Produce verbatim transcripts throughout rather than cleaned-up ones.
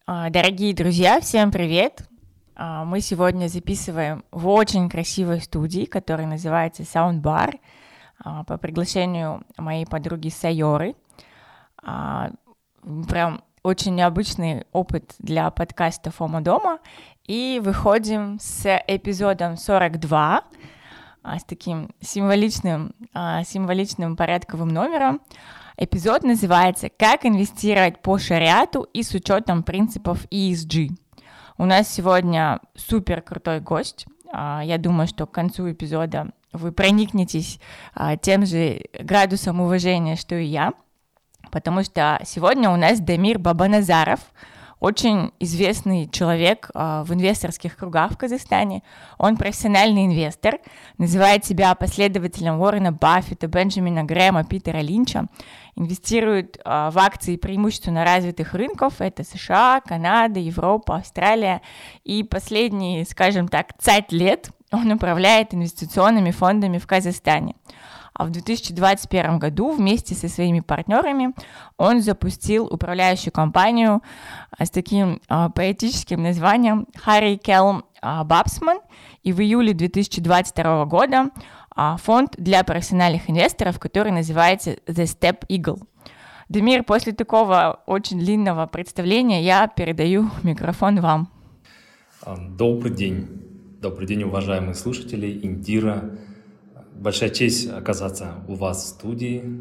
А, Дорогие друзья, всем привет! А, Мы сегодня записываем в очень красивой студии, которая называется Soundbar, а, по приглашению моей подруги Сайоры. А, Прям очень необычный опыт для подкаста «Фома дома». И выходим с эпизодом сорок два, а, с таким символичным, а, символичным порядковым номером. Эпизод называется «Как инвестировать по шариату и с учетом принципов и эс джи». У нас сегодня супер крутой гость. Я думаю, что к концу эпизода вы проникнетесь тем же градусом уважения, что и я, потому что сегодня у нас Дамир Бабаназаров, очень известный человек в инвесторских кругах в Казахстане. Он профессиональный инвестор, называет себя последователем Уоррена Баффета, Бенджамина Грэма, Питера Линча, инвестирует в акции преимущественно развитых рынков, это США, Канада, Европа, Австралия, и последние, скажем так, цать лет он управляет инвестиционными фондами в Казахстане. А в две тысячи двадцать первом году вместе со своими партнерами он запустил управляющую компанию с таким а, поэтическим названием Harry Kelm Babsman, и в июле две тысячи двадцать второго года а, фонд для профессиональных инвесторов, который называется The Step Eagle. Дамир, после такого очень длинного представления я передаю микрофон вам. Добрый день. Добрый день, уважаемые слушатели. Индира, большая честь оказаться у вас в студии.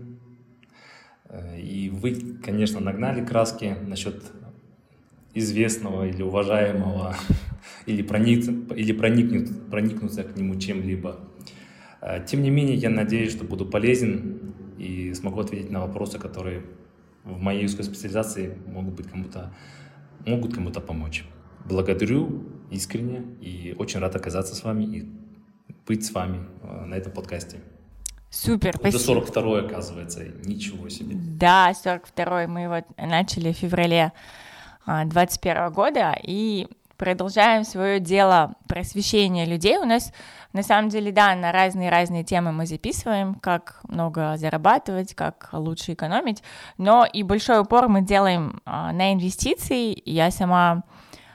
И вы, конечно, нагнали краски насчет известного или уважаемого, или, проник, или проникнут, проникнуться к нему чем-либо. Тем не менее, я надеюсь, что буду полезен и смогу ответить на вопросы, которые в моей узкой специализации могут быть кому-то, могут кому-то помочь. Благодарю искренне и очень рад оказаться с вами и быть с вами на этом подкасте. Супер, спасибо. Это сорок второй, оказывается, ничего себе. Да, сорок второй, мы вот начали в феврале двадцать первого года и продолжаем свое дело просвещения людей. У нас, на самом деле, да, на разные-разные темы мы записываем, как много зарабатывать, как лучше экономить, но и большой упор мы делаем на инвестиции. Я сама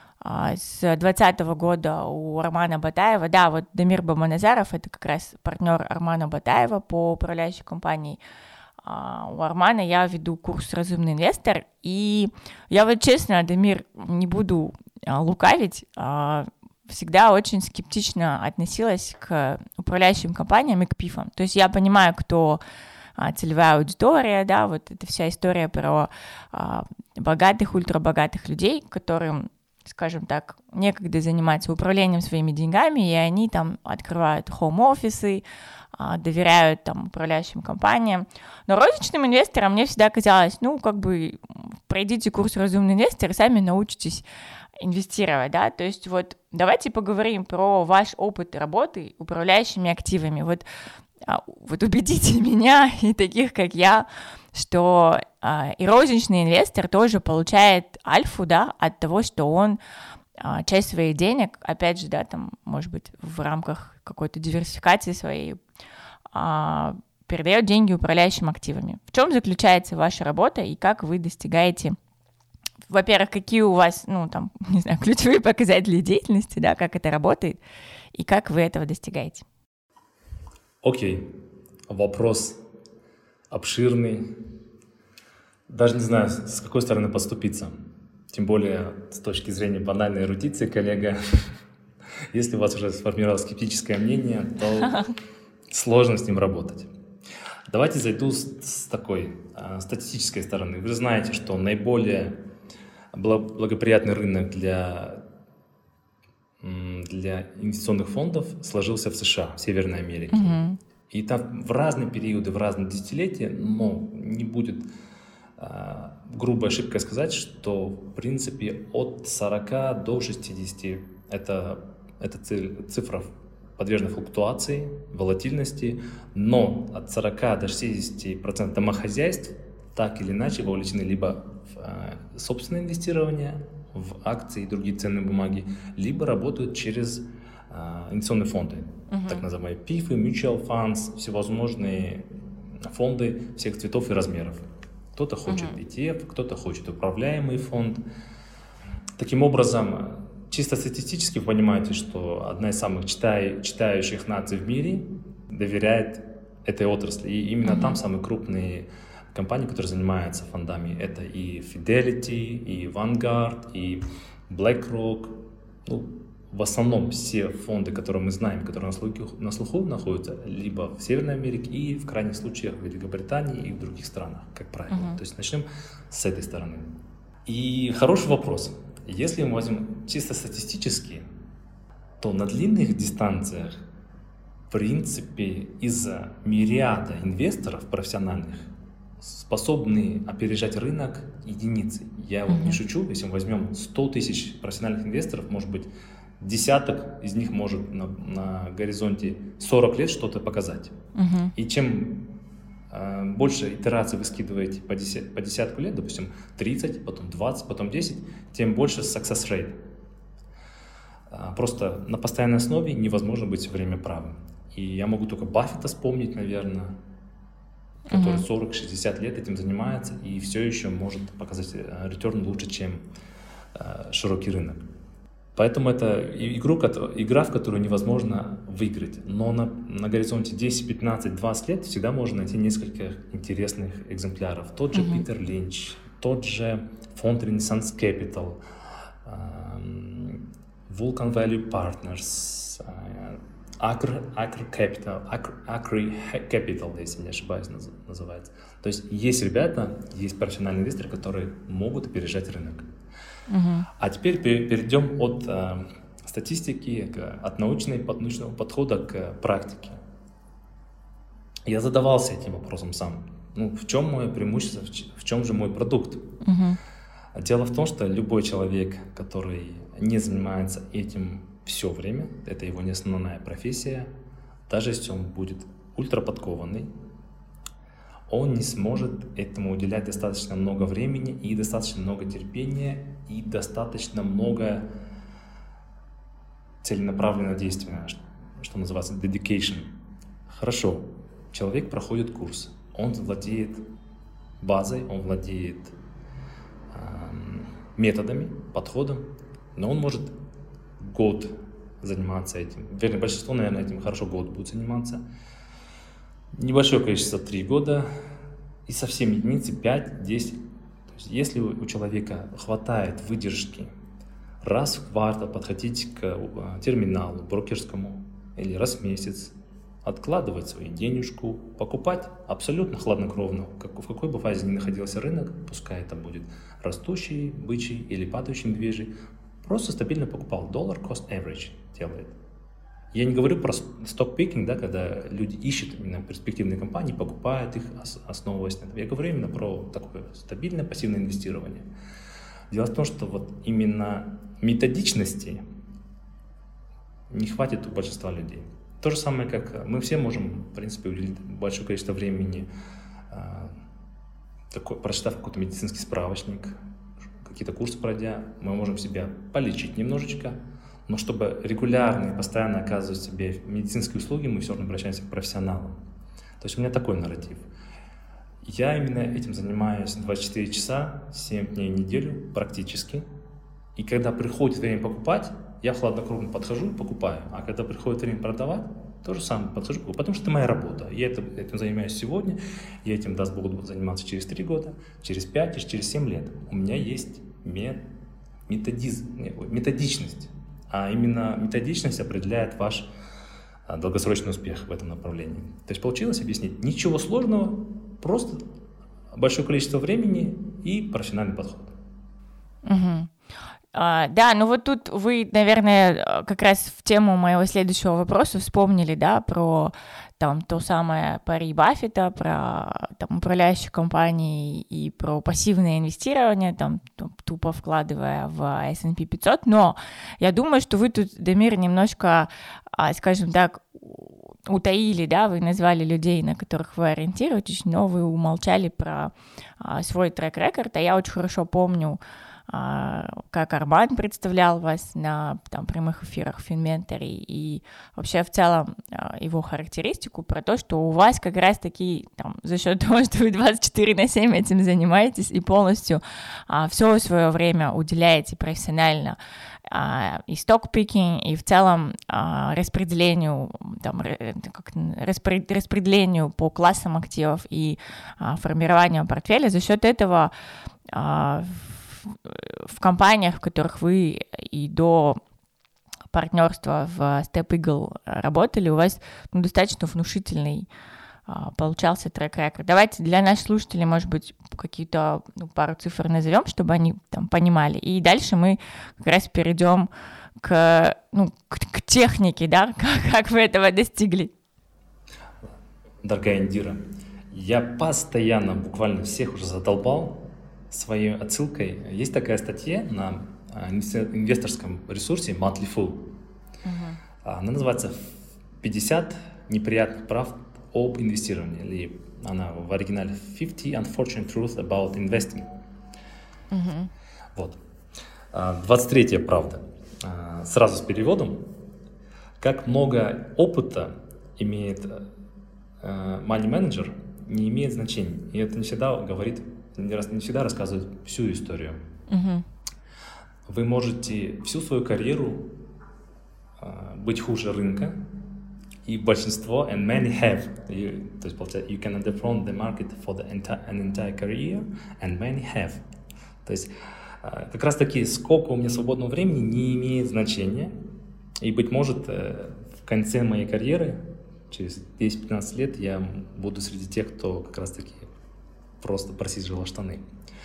с двадцатого года у Армана Батаева, да, вот Дамир Бабаназаров, это как раз партнер Армана Батаева по управляющей компании. У Армана я веду курс «Разумный инвестор», и я вот честно, Дамир, не буду лукавить, всегда очень скептично относилась к управляющим компаниям и к пифам. То есть я понимаю, кто целевая аудитория, да, вот эта вся история про богатых, ультрабогатых людей, которым, скажем так, некогда заниматься управлением своими деньгами, и они там открывают хоум-офисы, доверяют там управляющим компаниям. Но розничным инвесторам мне всегда казалось, ну, как бы пройдите курс «Разумный инвестор» и сами научитесь инвестировать, да, то есть вот давайте поговорим про ваш опыт работы управляющими активами. Вот, вот убедите меня и таких, как я, что а, и розничный инвестор тоже получает альфу, да, от того, что он а, часть своих денег, опять же, да, там, может быть, в рамках какой-то диверсификации своей, а, передает деньги управляющим активами. В чем заключается ваша работа и как вы достигаете, во-первых, какие у вас, ну, там, не знаю, ключевые показатели деятельности, да, как это работает и как вы этого достигаете? Окей, okay. Вопрос обширный. Даже не знаю, с какой стороны подступиться. Тем более, с точки зрения банальной эрудиции, коллега. Если у вас уже сформировалось скептическое мнение, то сложно с ним работать. Давайте зайду с, с такой а, статистической стороны. Вы знаете, что наиболее благоприятный рынок для, для инвестиционных фондов сложился в США, в Северной Америке. Mm-hmm. И там в разные периоды, в разные десятилетия, но не будет а, грубой ошибкой сказать, что в принципе от сорока до шестидесяти это, это цифра подвержена флуктуации, волатильности, но от сорока до шестидесяти процентов домохозяйств так или иначе вовлечены либо в а, собственное инвестирование, в акции и другие ценные бумаги, либо работают через а, инвестиционные фонды, uh-huh. так называемые пифы, mutual funds, всевозможные фонды всех цветов и размеров. Кто-то хочет uh-huh. и ти эф, кто-то хочет управляемый фонд. Таким образом, чисто статистически вы понимаете, что одна из самых читай, читающих наций в мире доверяет этой отрасли. И именно mm-hmm. там самые крупные компании, которые занимаются фондами. Это и Fidelity, и Vanguard, и BlackRock. Ну, в основном все фонды, которые мы знаем, которые на слуху, на слуху находятся, либо в Северной Америке, и в крайних случаях в Великобритании и в других странах, как правило. Mm-hmm. То есть начнем с этой стороны. И хороший вопрос. Если мы возьмем чисто статистически, то на длинных дистанциях, в принципе, из-за мириада инвесторов профессиональных, способны опережать рынок единицы. Я mm-hmm. вот не шучу, если мы возьмем сто тысяч профессиональных инвесторов, может быть, десяток из них может на, на горизонте сорок лет что-то показать. Mm-hmm. И чем э, больше итераций вы скидываете по, десят, по десятку лет, допустим, тридцать, потом двадцать, потом десять, тем больше success rate. Э, просто на постоянной основе невозможно быть все время правым. И я могу только Баффета вспомнить, наверное, который uh-huh. сорок-шестьдесят лет этим занимается и все еще может показать ретерн лучше, чем э, широкий рынок. Поэтому это игру, игра, в которую невозможно выиграть. Но на, на горизонте десять, пятнадцать, двадцать лет всегда можно найти несколько интересных экземпляров. Тот же uh-huh. Питер Линч, тот же фонд Renaissance Capital, э, Vulcan Value Partners, э, Acre, Acre Capital, Acre, Acre Capital, если не ошибаюсь, называется. То есть есть ребята, есть профессиональные инвесторы, которые могут опережать рынок. Uh-huh. А теперь перейдем от э, статистики, к, от научной, от научного подхода к практике. Я задавался этим вопросом сам. Ну, в чем мое преимущество, в чем же мой продукт? Uh-huh. Дело в том, что любой человек, который не занимается этим все время, это его не основная профессия, даже если он будет ультраподкованный, он не сможет этому уделять достаточно много времени и достаточно много терпения и достаточно много целенаправленного действия, что называется dedication. Хорошо, человек проходит курс, он владеет базой, он владеет э, методами, подходом, но он может год заниматься этим. Вернее, большинство, наверное, этим хорошо год будет заниматься. Небольшое количество три года и совсем единицы пять-десять. То есть, если у человека хватает выдержки раз в квартал подходить к терминалу брокерскому или раз в месяц, откладывать свою денежку, покупать абсолютно хладнокровно, как, в какой бы фазе ни находился рынок, пускай это будет растущий, бычий или падающий медвежий, просто стабильно покупал. Dollar cost average делает. Я не говорю про stock-picking, да, когда люди ищут именно перспективные компании, покупают их, основываясь на этом. Я говорю именно про такое стабильное пассивное инвестирование. Дело в том, что вот именно методичности не хватит у большинства людей. То же самое, как мы все можем, в принципе, уделить большое количество времени, такой, прочитав какой-то медицинский справочник, какие-то курсы пройдя, мы можем себя полечить немножечко, но чтобы регулярно и постоянно оказывать себе медицинские услуги, мы все равно обращаемся к профессионалам. То есть у меня такой нарратив. Я именно этим занимаюсь двадцать четыре часа, семь дней в неделю практически. И когда приходит время покупать, я хладнокровно подхожу, покупаю. А когда приходит время продавать, то же самое подхожу, покупаю. Потому что это моя работа. Я это, этим занимаюсь сегодня, я этим, даст Бог, буду заниматься через три года, через пять и через семь лет. У меня есть методизм, методичность. А именно методичность определяет ваш долгосрочный успех в этом направлении. То есть получилось объяснить? Ничего сложного, просто большое количество времени и профессиональный подход. Угу. А, да, ну вот тут вы, наверное, как раз в тему моего следующего вопроса вспомнили, да, про там то самое пари Баффета, про там управляющие компании и про пассивное инвестирование, там тупо вкладывая в эс энд пи пятьсот, но я думаю, что вы тут, Дамир, немножко, скажем так, утаили, да, вы назвали людей, на которых вы ориентируетесь, но вы умолчали про свой трек-рекорд, а я очень хорошо помню как Арман представлял вас на там, прямых эфирах Финментори, и вообще в целом его характеристику про то, что у вас как раз-таки там, за счет того, что вы двадцать четыре на семь этим занимаетесь и полностью а, все свое время уделяете профессионально а, и стокпикинг, и в целом а, распределению, там, как, распред, распределению по классам активов и а, формированию портфеля, за счет этого а, в, в компаниях, в которых вы и до партнерства в Step Eagle работали, у вас ну, достаточно внушительный а, получался трек-рекорд. Давайте для наших слушателей, может быть, какие-то ну, пару цифр назовем, чтобы они там понимали. И дальше мы как раз перейдем к, ну, к, к технике, да, как, как вы этого достигли. Дорогая Индира, я постоянно, буквально всех уже задолбал своей отсылкой. Есть такая статья на инвесторском ресурсе Motley Fool. Uh-huh. Она называется «пятьдесят неприятных правд об инвестировании». Или она в оригинале «fifty unfortunate truths about investing». Uh-huh. Вот. двадцать третья правда. Сразу с переводом. Как много опыта имеет money manager, не имеет значения. И это не всегда говорит, не всегда рассказывает всю историю. Uh-huh. Вы можете всю свою карьеру uh, быть хуже рынка, и большинство, and many have, you, то есть, получается, you can underperform the market for the entire, an entire career, and many have. То есть, uh, как раз таки, сколько у меня свободного времени не имеет значения, и, быть может, uh, в конце моей карьеры, через десять-пятнадцать лет, я буду среди тех, кто как раз таки просто просиживал штаны.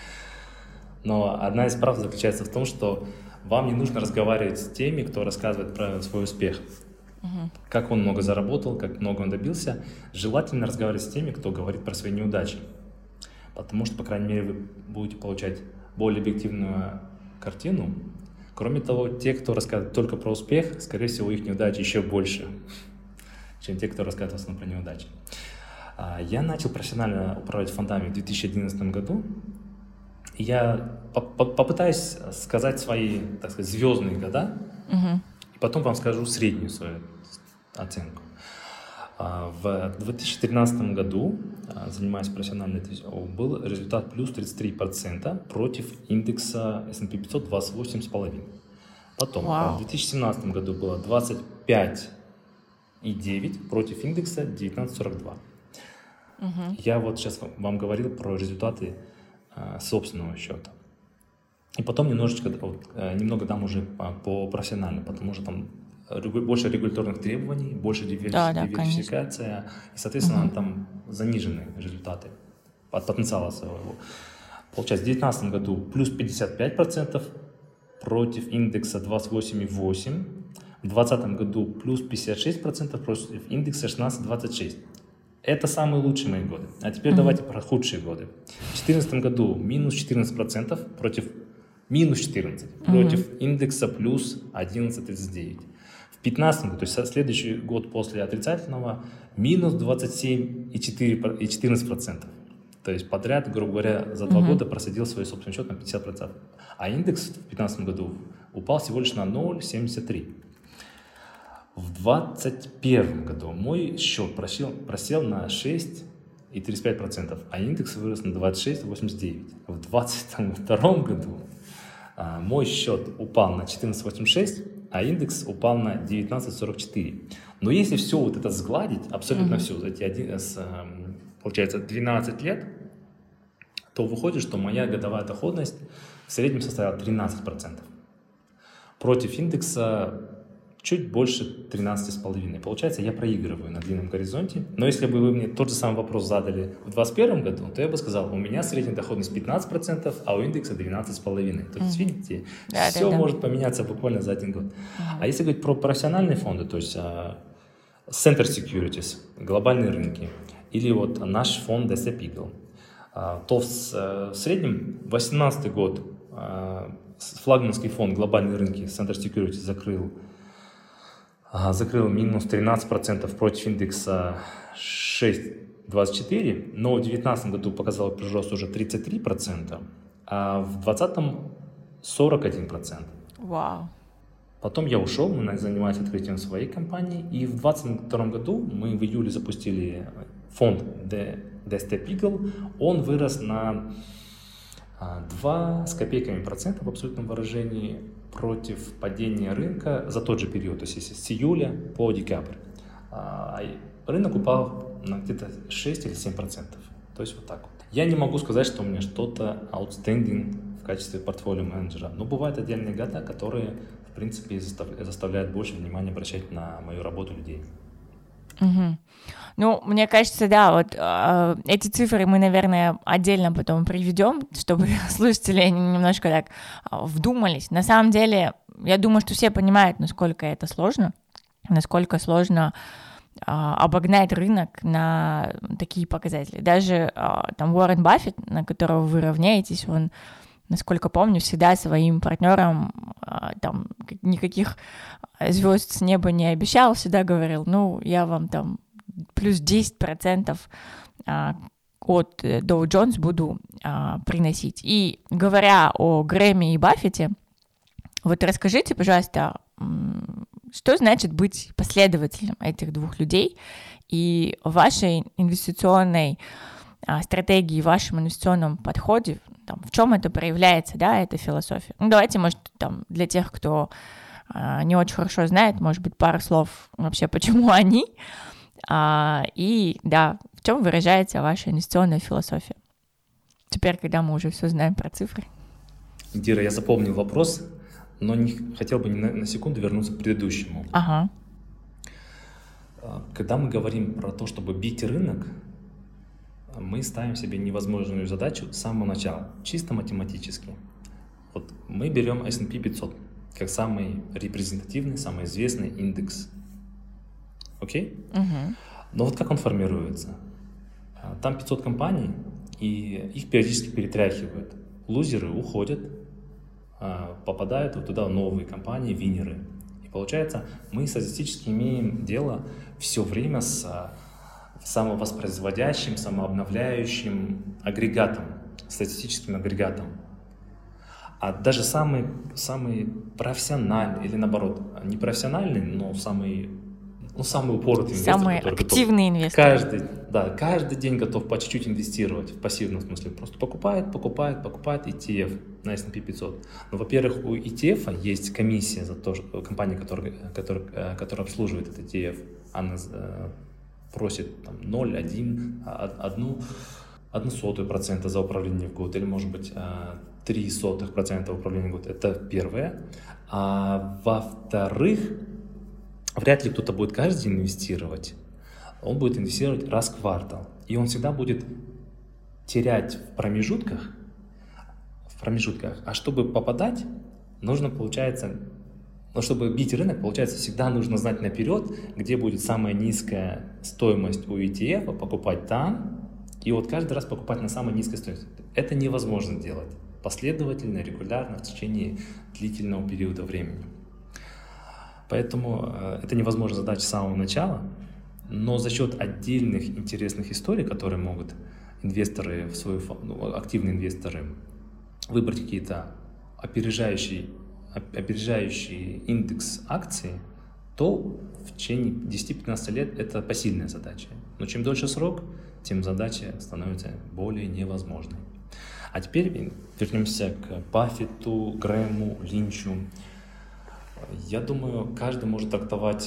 Но одна из прав заключается в том, что вам не нужно разговаривать с теми, кто рассказывает про свой успех. Uh-huh. Как он много заработал, как много он добился. Желательно разговаривать с теми, кто говорит про свои неудачи. Потому что, по крайней мере, вы будете получать более объективную картину. Кроме того, те, кто рассказывает только про успех, скорее всего, их неудачи еще больше, чем те, кто рассказывает в основном про неудачи. Я начал профессионально управлять фондами в две тысячи одиннадцатом году. Я попытаюсь сказать свои, так сказать, звездные года, uh-huh. и потом вам скажу среднюю свою оценку. В две тысячи тринадцатом году, занимаясь профессионально, был результат плюс тридцать три процента против индекса эс энд пи пятьсот двадцать восемь целых пять десятых. Потом wow. в две тысячи семнадцатом году было двадцать пять целых девять десятых против индекса девятнадцать целых сорок два. Uh-huh. Я вот сейчас вам говорил про результаты собственного счета. И потом немножечко, вот, немного дам уже по, по профессионально, потому что там больше регуляторных требований, больше диверсификация, да, да, и, соответственно, угу. там заниженные результаты от потенциала своего. Получается, в две тысячи девятнадцатом году плюс пятьдесят пять процентов против индекса двадцать восемь целых восемь десятых, в двадцатом году плюс пятьдесят шесть процентов против индекса шестнадцать целых двадцать шесть десятых. Это самые лучшие мои годы. А теперь mm-hmm. давайте про худшие годы. В две тысячи четырнадцатом году минус четырнадцать процентов против минус четырнадцать mm-hmm. против индекса плюс одиннадцать целых тридцать девять сотых. В две тысячи пятнадцатом году, то есть следующий год после отрицательного, минус двадцать семь целых четырнадцать процентов. То есть подряд, грубо говоря, за два mm-hmm. года просадил свой собственный счет на пятьдесят процентов. А индекс в две тысячи пятнадцатом году упал всего лишь на ноль целых семьдесят три сотых. В двадцать первом году мой счет просел, просел на шесть целых тридцать пять сотых процента, а индекс вырос на двадцать шесть целых восемьдесят девять сотых. В двадцать втором году а, мой счет упал на четырнадцать целых восемьдесят шесть сотых, а индекс упал на девятнадцать целых сорок четыре сотых. Но если все вот это сгладить, абсолютно mm-hmm. все, за эти один, с, получается двенадцать лет, то выходит, что моя годовая доходность в среднем составила тринадцать процентов. Против индекса чуть больше тринадцать целых пять десятых. Получается, я проигрываю на длинном горизонте. Но если бы вы мне тот же самый вопрос задали в двадцать первом году, то я бы сказал, у меня средняя доходность пятнадцать процентов, а у индекса двенадцать целых пять десятых. То есть, mm-hmm. видите, да, все да, да. может поменяться буквально за один год. Mm-hmm. А если говорить про профессиональные фонды, то есть uh, Center Securities, глобальные рынки, или вот наш фонд Step Eagle, uh, то в, uh, в среднем две тысячи восемнадцатый год uh, флагманский фонд глобальные рынки Center Securities закрыл закрыл минус тринадцать процентов против индекса шесть целых двадцать четыре сотых, но в две тысячи девятнадцатом году показал прирост уже тридцать три процента, а в две тысячи двадцатом сорок один процент. Вау. Потом я ушел, мы занимались открытием своей компании, и в двадцать втором году мы в июле запустили фонд The Step Eagle. Он вырос на два с копейками процента в абсолютном выражении против падения рынка за тот же период, то есть если с июля по декабрь. Рынок упал на где-то шесть или семь процентов, то есть вот так вот. Я не могу сказать, что у меня что-то outstanding в качестве портфолио менеджера, но бывают отдельные года, которые, в принципе, заставляют больше внимания обращать на мою работу людей. Угу. Ну, мне кажется, да, вот э, эти цифры мы, наверное, отдельно потом приведем, чтобы слушатели немножко так вдумались. На самом деле, я думаю, что все понимают, насколько это сложно, насколько сложно э, обогнать рынок на такие показатели. Даже э, там Уоррен Баффет, на которого вы равняетесь, он, насколько помню, всегда своим партнерам э, там никаких звезд с неба не обещал, всегда говорил, ну, я вам там плюс десять процентов а, от Dow Jones буду а, приносить. И говоря о Грэмми и Баффете, вот расскажите, пожалуйста, что значит быть последователем этих двух людей и в вашей инвестиционной а, стратегии, в вашем инвестиционном подходе, там, в чем это проявляется, да, эта философия? Ну, давайте, может, там, для тех, кто а, не очень хорошо знает, может быть, пару слов вообще, почему они. А, и да, в чем выражается ваша инвестиционная философия? Теперь, когда мы уже все знаем про цифры. Дира, я запомнил вопрос, но не, хотел бы на, на секунду вернуться к предыдущему. Ага. Когда мы говорим про то, чтобы бить рынок, мы ставим себе невозможную задачу с самого начала, чисто математически. Вот мы берем эс энд пи пятьсот как самый репрезентативный, самый известный индекс. Окей? Угу. Но вот как он формируется? Там пятьсот компаний, и их периодически перетряхивают. Лузеры уходят, попадают вот туда новые компании, винеры. И получается, мы статистически имеем дело все время с самовоспроизводящим, самообновляющим агрегатом, статистическим агрегатом. А даже самый, самый профессиональный, или наоборот, не профессиональный, но самый... Ну, самый упоротый инвестор, самый активный инвестор. Каждый, да, каждый день готов по чуть-чуть инвестировать в пассивном смысле. Просто покупает, покупает, покупает и ти эф на эс энд пи пятьсот. Но, во-первых, у и ти эф есть комиссия за то, что компания, которая, которая, которая обслуживает этот и ти эф, она э, просит там, ноль целых одну сотую процента за управление в год, или, может быть, три сотых процента управления в год. Это первое. А во-вторых, вряд ли кто-то будет каждый день инвестировать. Он будет инвестировать раз в квартал. И он всегда будет терять в промежутках. В промежутках. А чтобы попадать, нужно, получается, ну, чтобы бить рынок, получается, всегда нужно знать наперед, где будет самая низкая стоимость у и ти эф, покупать там, и вот каждый раз покупать на самой низкой стоимости. Это невозможно делать последовательно, регулярно, в течение длительного периода времени. Поэтому э, это невозможная задача с самого начала, но за счет отдельных интересных историй, которые могут инвесторы, в свою, ну, активные инвесторы, выбрать какие-то опережающие, опережающие индекс акций, то в течение десяти-пятнадцати лет это посильная задача. Но чем дольше срок, тем задача становится более невозможной. А теперь вернемся к Баффету, Грэму, Линчу. Я думаю, каждый может трактовать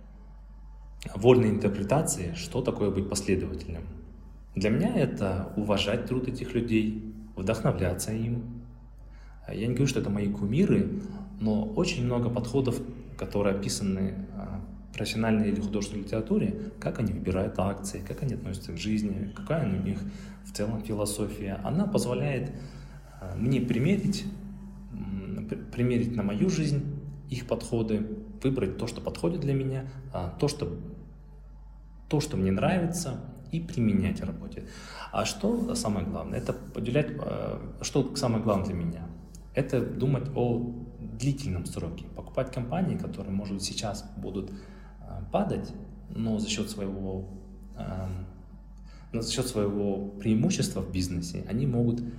вольные интерпретации, что такое быть последовательным. Для меня это уважать труд этих людей, вдохновляться им. Я не говорю, что это мои кумиры, но очень много подходов, которые описаны в профессиональной или художественной литературе, как они выбирают акции, как они относятся к жизни, какая у них в целом философия. Она позволяет мне примерить, примерить на мою жизнь их подходы, выбрать то, что подходит для меня, то, что, то, что мне нравится, и применять в работе. А что самое главное? Это поделять, что самое главное для меня? Это думать о длительном сроке. Покупать компании, которые, может быть, сейчас будут падать, но за счет своего, за счет своего преимущества в бизнесе они могут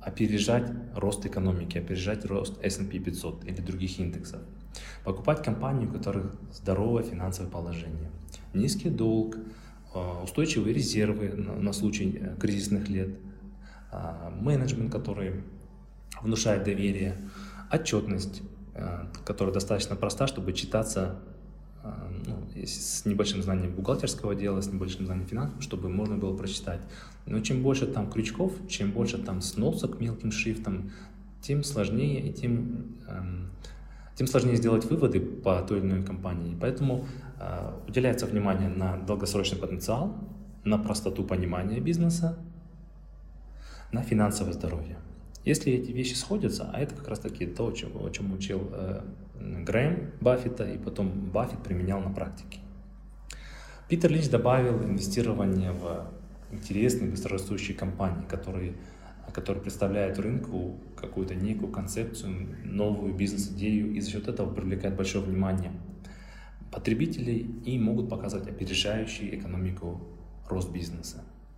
опережать рост экономики, опережать рост эс энд пи пятьсот или других индексов. Покупать компании, у которых здоровое финансовое положение, низкий долг, устойчивые резервы на случай кризисных лет, менеджмент, который внушает доверие, отчетность, которая достаточно проста, чтобы читаться, ну, с небольшим знанием бухгалтерского дела, с небольшим знанием финансов, чтобы можно было прочитать. Но чем больше там крючков, чем больше там сносок мелким шрифтом, тем сложнее и тем, эм, тем сложнее сделать выводы по той или иной компании. Поэтому э, уделяется внимание на долгосрочный потенциал, на простоту понимания бизнеса, на финансовое здоровье. Если эти вещи сходятся, а это как раз таки то, о чем, о чем учил э, Грэм Баффета, и потом Баффет применял на практике. Питер Линч добавил инвестирование в интересные, быстрорастущие компании, которые, которые представляют рынку какую-то некую концепцию, новую бизнес-идею, и за счет этого привлекают большое внимание потребителей и могут показывать опережающий экономику рост бизнеса.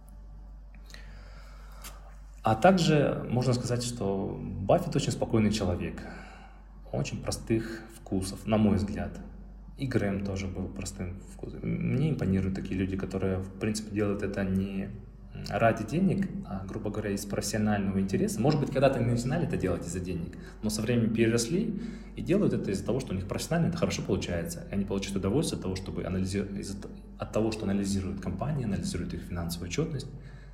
А также можно сказать, что Баффет очень спокойный человек, очень простых вкусов, на мой взгляд. И Грэм тоже был простым вкусом. Мне импонируют такие люди, которые, в принципе, делают это не ради денег, а, грубо говоря, из профессионального интереса. Может быть, когда-то они начинали это делать из-за денег, но со временем переросли и делают это из-за того, что у них профессионально это хорошо получается. И они получают удовольствие от того, чтобы анализировать, от того, что анализируют компании, анализируют их финансовую отчетность.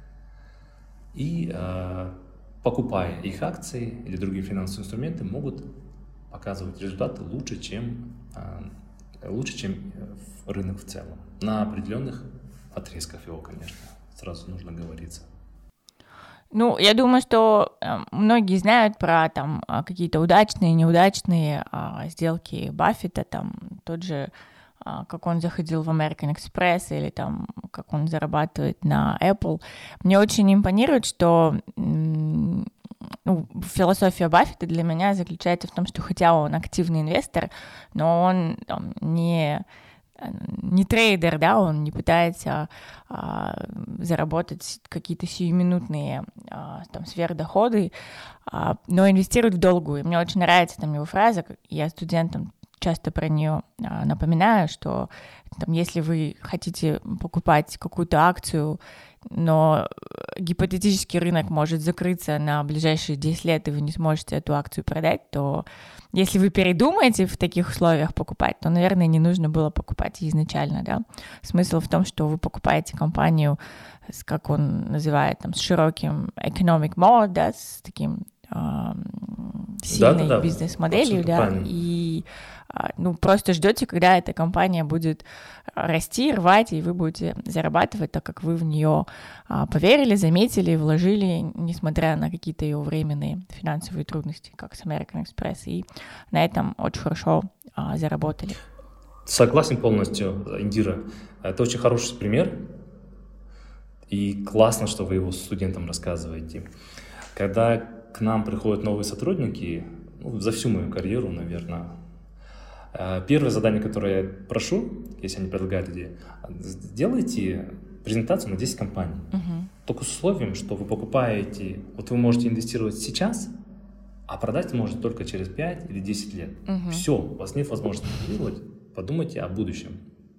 И э, покупая их акции или другие финансовые инструменты, могут показывать результаты лучше, чем, э, лучше, чем рынок в целом. На определенных отрезках его, конечно, сразу нужно говориться. Ну, я думаю, что э, многие знают про там какие-то удачные, неудачные э, сделки Баффета, там тот же, э, как он заходил в American Express или там как он зарабатывает на Apple. Мне очень импонирует, что м- ну, философия Баффета для меня заключается в том, что хотя он активный инвестор, но он там, не не трейдер, да, он не пытается а, заработать какие-то сиюминутные а, там сверхдоходы, а, но инвестирует в долгую. И мне очень нравится там его фраза, я студентам часто про нее а, напоминаю, что там, если вы хотите покупать какую-то акцию, но гипотетически рынок может закрыться на ближайшие десять лет, и вы не сможете эту акцию продать, то если вы передумаете в таких условиях покупать, то, наверное, не нужно было покупать изначально, да. Смысл в том, что вы покупаете компанию, с, как он называет, там, с широким economic mode, да, с таким э, сильной да, да, бизнес-моделью, да, правильно. И ну, просто ждете, когда эта компания будет расти, рвать, и вы будете зарабатывать, так как вы в нее поверили, заметили, вложили, несмотря на какие-то ее временные финансовые трудности, как с American Express, и на этом очень хорошо а, заработали. Согласен полностью, Индира. Это очень хороший пример, и классно, что вы его студентам рассказываете. Когда к нам приходят новые сотрудники, ну, за всю мою карьеру, наверное, первое задание, которое я прошу, если они предлагают идею, сделайте презентацию на десять компаний. Uh-huh. Только с условием, что вы покупаете, вот вы можете инвестировать сейчас, а продать можете только через пять или десять лет. Uh-huh. Все, у вас нет возможности инвестировать, подумайте о будущем.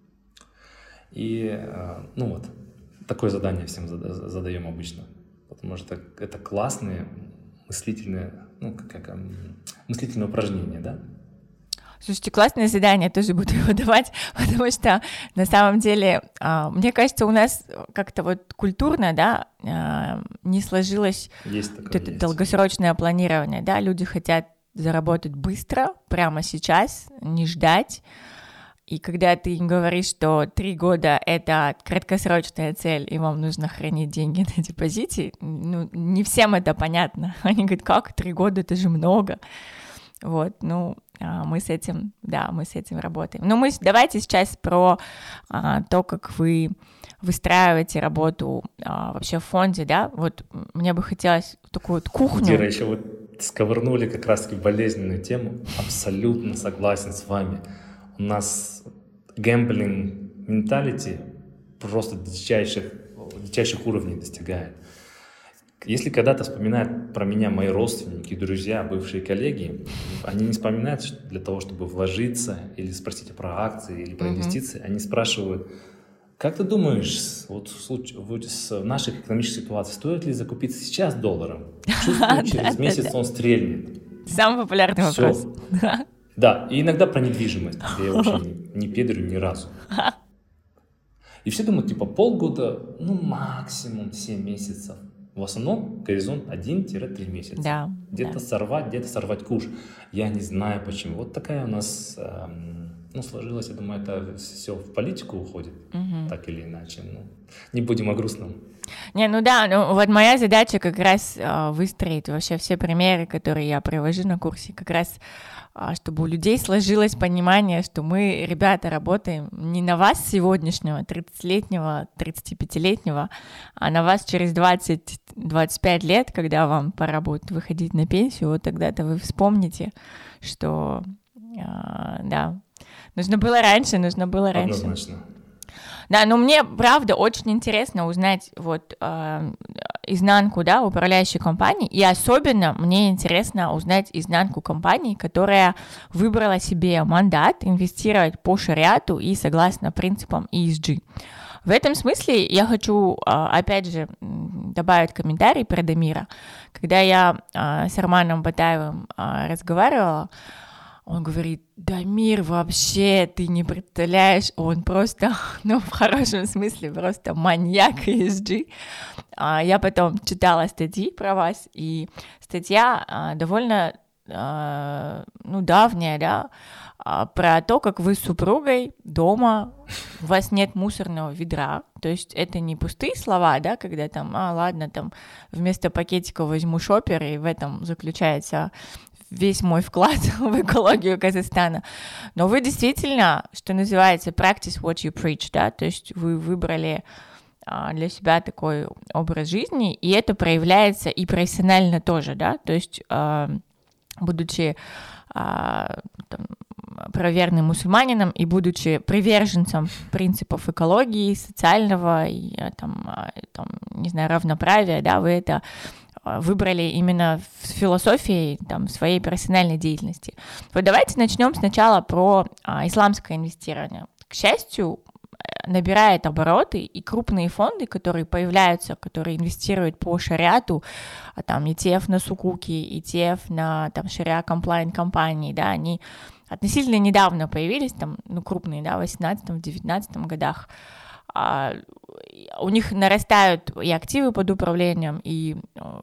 И, ну вот, такое задание всем задаем обычно, потому что это классные мыслительные, ну, как, как мыслительное упражнение, да? Слушайте, классное задание, тоже буду его давать, потому что на самом деле, мне кажется, у нас как-то вот культурно, да, не сложилось есть такое, вот это есть. долгосрочное планирование, да, люди хотят заработать быстро, прямо сейчас, не ждать, и когда ты им говоришь, что три года — это краткосрочная цель, и вам нужно хранить деньги на депозите, ну, не всем это понятно. Они говорят, как, три года, это же много. Вот, ну, мы с этим, да, мы с этим работаем. Ну, мы давайте сейчас про а, то, как вы выстраиваете работу а, вообще в фонде, да, вот мне бы хотелось такую вот кухню. Дира, еще вот сковырнули как раз-таки болезненную тему, абсолютно согласен с вами. У нас гэмблинг менталити просто дичайших, дичайших уровней достигает. Если когда-то вспоминают про меня мои родственники, друзья, бывшие коллеги, они не вспоминают что для того, чтобы вложиться или спросить про акции или про mm-hmm. инвестиции, они спрашивают, как ты думаешь, вот в, случае, вот в наших экономических ситуациях, стоит ли закупиться сейчас долларом? Чувствую, через месяц он стрельнет. Самый популярный вопрос. Да, и иногда про недвижимость, где я вообще не педрю ни разу. И все думают, типа, полгода, ну, максимум семь месяцев. В основном горизонт один-три месяца. Да, где-то да. сорвать, где-то сорвать куш. Я не знаю почему. Вот такая у нас, эм, ну, сложилась, я думаю, это все в политику уходит, угу. так или иначе. Ну, не будем о грустном. Не, ну да, ну вот моя задача как раз э, выстроить вообще все примеры, которые я привожу на курсе, как раз э, чтобы у людей сложилось понимание, что мы, ребята, работаем не на вас сегодняшнего, тридцатилетнего, тридцатипятилетнего, а на вас через двадцать-двадцать пять лет, когда вам пора будет выходить на пенсию, вот тогда-то вы вспомните, что, э, да, нужно было раньше, нужно было раньше. Однозначно. Да, но мне, правда, очень интересно узнать вот э, изнанку, да, управляющей компании, и особенно мне интересно узнать изнанку компании, которая выбрала себе мандат инвестировать по шариату и согласно принципам и эс джи. В этом смысле я хочу, опять же, добавить комментарий про Дамира. Когда я э, с Арманом Батаевым э, разговаривала, он говорит, Дамир, вообще ты не представляешь, он просто, ну, в хорошем смысле, просто маньяк и эс джи. А, я потом читала статьи про вас, и статья а, довольно, а, ну, давняя, да, а, про то, как вы с супругой дома, у вас нет мусорного ведра, то есть это не пустые слова, да, когда там, а, ладно, там, вместо пакетика возьму шопер, и в этом заключается весь мой вклад в экологию Казахстана. Но вы действительно, что называется, practice what you preach, да, то есть вы выбрали а, для себя такой образ жизни, и это проявляется и профессионально тоже, да, то есть а, будучи а, там, правоверным мусульманином и будучи приверженцем принципов экологии, социального и там, там, не знаю, равноправия, да, вы это выбрали именно с философией там, своей профессиональной деятельности. Вот давайте начнем сначала про а, исламское инвестирование. К счастью, набирает обороты, и крупные фонды, которые появляются, которые инвестируют по шариату, а, там и ти эф на сукуки, и ти эф на там, шариа-комплайнт компании, да, они относительно недавно появились, там, ну, крупные, да, в восемнадцатом-девятнадцатом годах. А, у них нарастают и активы под управлением, и,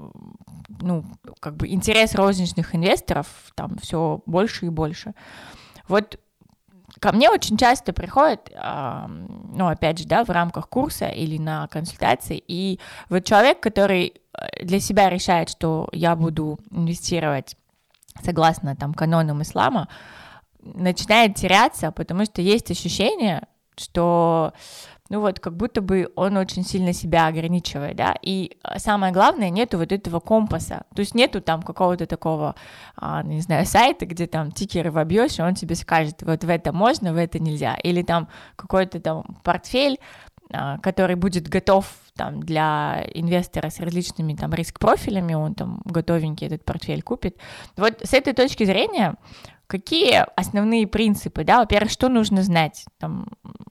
ну, как бы интерес розничных инвесторов там все больше и больше. Вот ко мне очень часто приходят, ну, опять же, да, в рамках курса или на консультации, и вот человек, который для себя решает, что я буду инвестировать согласно там канонам ислама, начинает теряться, потому что есть ощущение, что, ну вот, как будто бы он очень сильно себя ограничивает, да, и самое главное, нету вот этого компаса, то есть нету там какого-то такого, а, не знаю, сайта, где там тикеры вобьешь, и он тебе скажет, вот в это можно, в это нельзя, или там какой-то там портфель, а, который будет готов там для инвестора с различными там риск-профилями, он там готовенький этот портфель купит. Вот с этой точки зрения, какие основные принципы, да, во-первых, что нужно знать, там,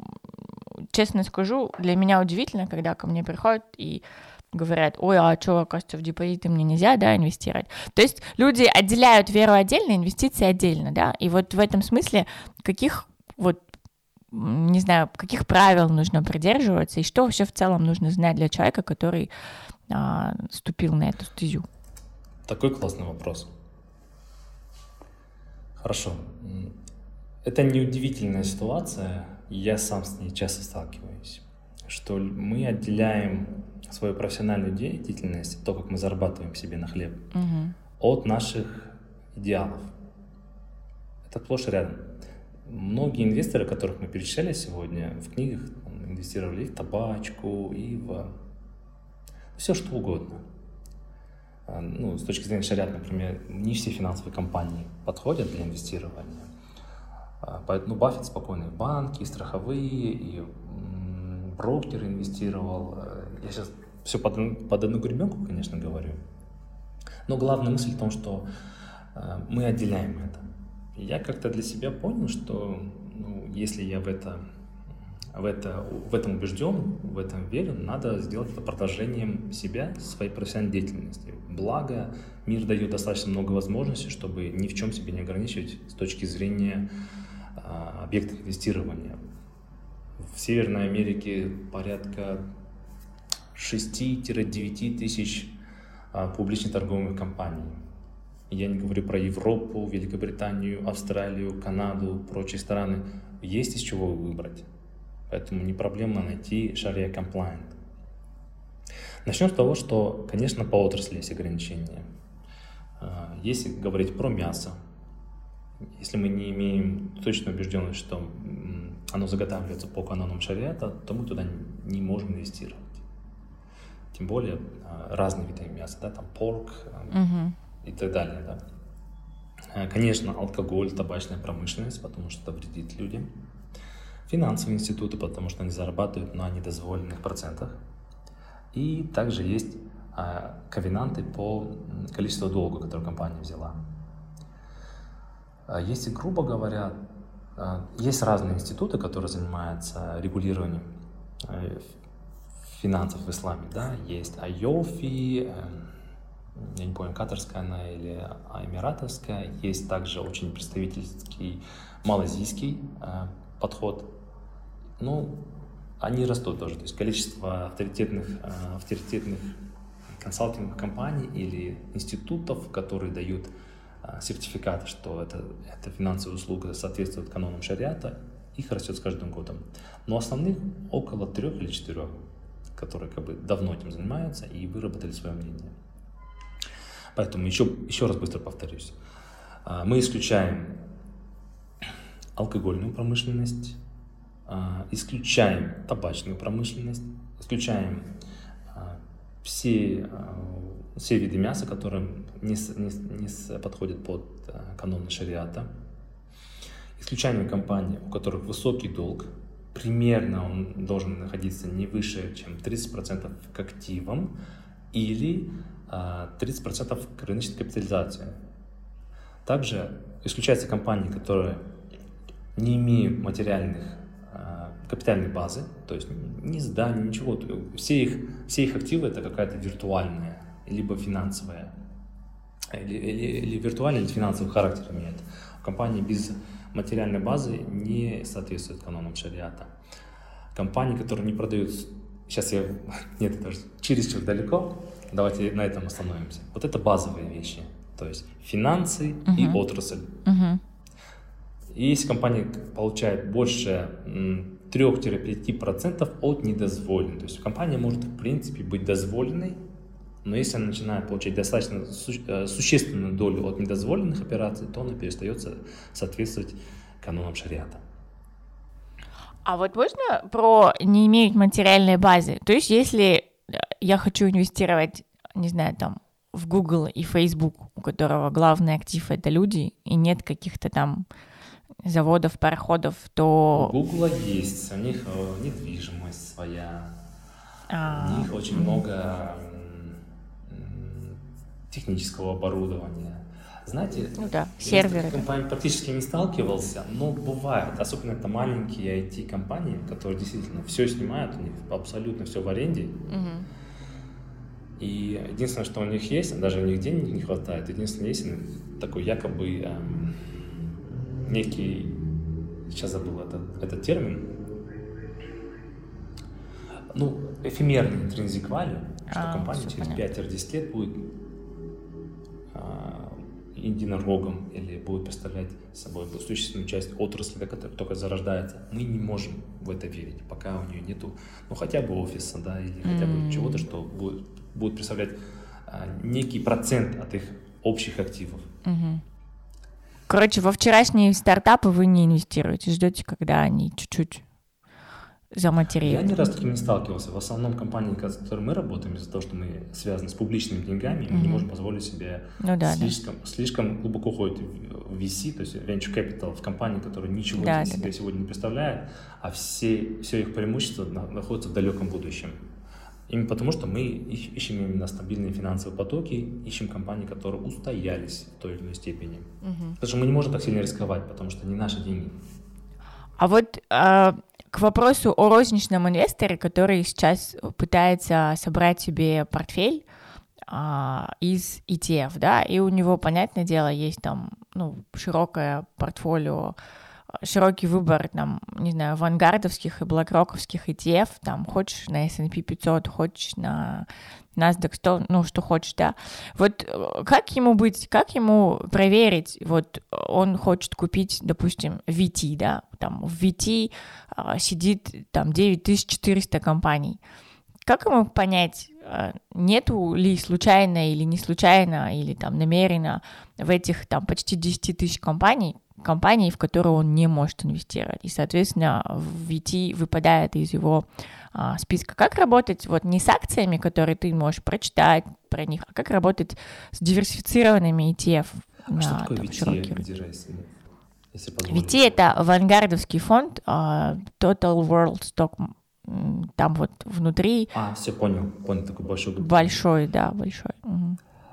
честно скажу, для меня удивительно, когда ко мне приходят и говорят, ой, а что, оказывается, в депозиты мне нельзя, да, инвестировать. То есть люди отделяют веру отдельно, инвестиции отдельно, да, и вот в этом смысле каких вот, не знаю, каких правил нужно придерживаться и что вообще в целом нужно знать для человека, который а, ступил на эту стезю? Такой классный вопрос. Хорошо. Это неудивительная ситуация, я сам с ней часто сталкиваюсь, что мы отделяем свою профессиональную деятельность, то, как мы зарабатываем себе на хлеб, угу. от наших идеалов. Это сплошь и рядом. Многие инвесторы, которых мы перечисляли сегодня, в книгах инвестировали и в табачку, и в все что угодно. Ну, с точки зрения шариата, например, не все финансовые компании подходят для инвестирования. Поэтому Баффет спокойно в банки, и страховые, и брокер инвестировал. Я сейчас все под, под одну гребенку, конечно, говорю. Но главная мысль в том, что э, мы отделяем это. И я как-то для себя понял, что ну, если я в это, в, это, в этом убежден, в этом верю, надо сделать это продолжением себя, своей профессиональной деятельности. Благо, мир дает достаточно много возможностей, чтобы ни в чем себе не ограничивать с точки зрения э, объектов инвестирования. В Северной Америке порядка шесть-девять тысяч публичных торговых компаний. Я не говорю про Европу, Великобританию, Австралию, Канаду, прочие страны. Есть из чего выбрать. Поэтому не проблема найти шария compliant. Начнем с того, что, конечно, по отрасли есть ограничения. Если говорить про мясо, если мы не имеем точной убежденности, что оно заготавливается по канонам шариата, то мы туда не можем инвестировать. Тем более разные виды мяса, да, там порк uh-huh. и так далее. Да. Конечно, алкоголь, табачная промышленность, потому что это вредит людям. Финансовые институты, потому что они зарабатывают на недозволенных процентах. И также есть а, ковенанты по количеству долга, который компания взяла. А, если, грубо говоря, а, есть разные институты, которые занимаются регулированием а, финансов в исламе, да, есть айофи, э, я не помню, катарская она или эмиратовская, есть также очень представительский малазийский э, подход, ну, они растут тоже, то есть количество авторитетных, э, авторитетных консалтинговых компаний или институтов, которые дают э, сертификаты, что это, эта финансовая услуга соответствует канонам шариата, их растет с каждым годом, но основных около трех или четырех, которые как бы давно этим занимаются и выработали свое мнение. Поэтому еще, еще раз быстро повторюсь. Мы исключаем алкогольную промышленность, исключаем табачную промышленность, исключаем все, все виды мяса, которые не, не, не подходят под каноны шариата, исключаем компании, у которых высокий долг, примерно он должен находиться не выше, чем тридцать процентов к активам или а, тридцать процентов к рыночной капитализации. Также исключаются компании, которые не имеют материальных а, капитальной базы, то есть ни зданий, ничего. Все их, все их активы это какая-то виртуальная, либо финансовая, или, или, или виртуальный, или финансовый характер имеет. Компании без материальной базы не соответствуют канонам шариата. Компании, которые не продают, сейчас я, нет, это чересчур далеко, давайте на этом остановимся. Вот это базовые вещи, то есть финансы uh-huh. и отрасль. Uh-huh. И если компания получает больше три-пять процентов от недозволенной, то есть компания может в принципе быть дозволенной, но если она начинает получать достаточно су- существенную долю от недозволенных операций, то она перестает соответствовать канонам шариата. А вот можно про не имеют материальной базы? То есть если я хочу инвестировать, не знаю, там в Google и Facebook, у которого главный актив — это люди, и нет каких-то там заводов, пароходов, то... У Google есть, у них недвижимость своя, а, у них очень mm-hmm. много технического оборудования. Знаете, ну да, я с такой компанией практически не сталкивался, но бывает, особенно это маленькие ай ти-компании, которые действительно все снимают, у них абсолютно все в аренде. Mm-hmm. И единственное, что у них есть, даже у них денег не хватает, единственное, есть такой якобы эм, некий, сейчас забыл этот, этот термин, ну, эфемерный intrinsic value, что а, компания через понятно. пять-десять лет будет а, единорогом или будет представлять собой существенную часть отрасли, которая только зарождается. Мы не можем в это верить, пока у нее нету, ну, хотя бы офиса, да, или хотя бы mm-hmm. чего-то, что будет, будет представлять а, некий процент от их общих активов. Mm-hmm. Короче, во вчерашние стартапы вы не инвестируете, ждете, когда они чуть-чуть заматерируют. Я ни разу с таким не сталкивался. В основном компании, с которыми мы работаем, из-за того, что мы связаны с публичными деньгами, mm-hmm. мы не можем позволить себе ну, да, слишком, да. слишком глубоко ходить в ви си, то есть venture capital, в компании, которая ничего да, себе да, сегодня да. не представляет, а все, все их преимущества находятся в далеком будущем. Именно потому, что мы ищем именно стабильные финансовые потоки, ищем компании, которые устоялись в той или иной степени. Угу. Потому что мы не можем так сильно рисковать, потому что не наши деньги. А вот э, к вопросу о розничном инвесторе, который сейчас пытается собрать себе портфель э, из и ти эф, да, и у него, понятное дело, есть там ну, широкое портфолио, широкий выбор, там, не знаю, вангардовских и блэкроковских и ти эф, там, хочешь на эс энд пи пятьсот, хочешь на NASDAQ сто, ну, что хочешь, да. Вот как ему быть, как ему проверить, вот он хочет купить, допустим, ви ти, да, там, в ви ти а, сидит, там, девять тысяч четыреста компаний. Как ему понять, нету ли случайно или не случайно, или там намеренно в этих, там, почти десять тысяч компаний, компании, в которые он не может инвестировать, и, соответственно, ви ти выпадает из его а, списка. Как работать вот не с акциями, которые ты можешь прочитать про них, а как работать с диверсифицированными и ти эф? А на, что такое там, ви ти? ви ти — это вангардовский фонд uh, Total World Stock, там вот внутри... А, все, понял, понял, такой большой... Большой, да, большой. Угу.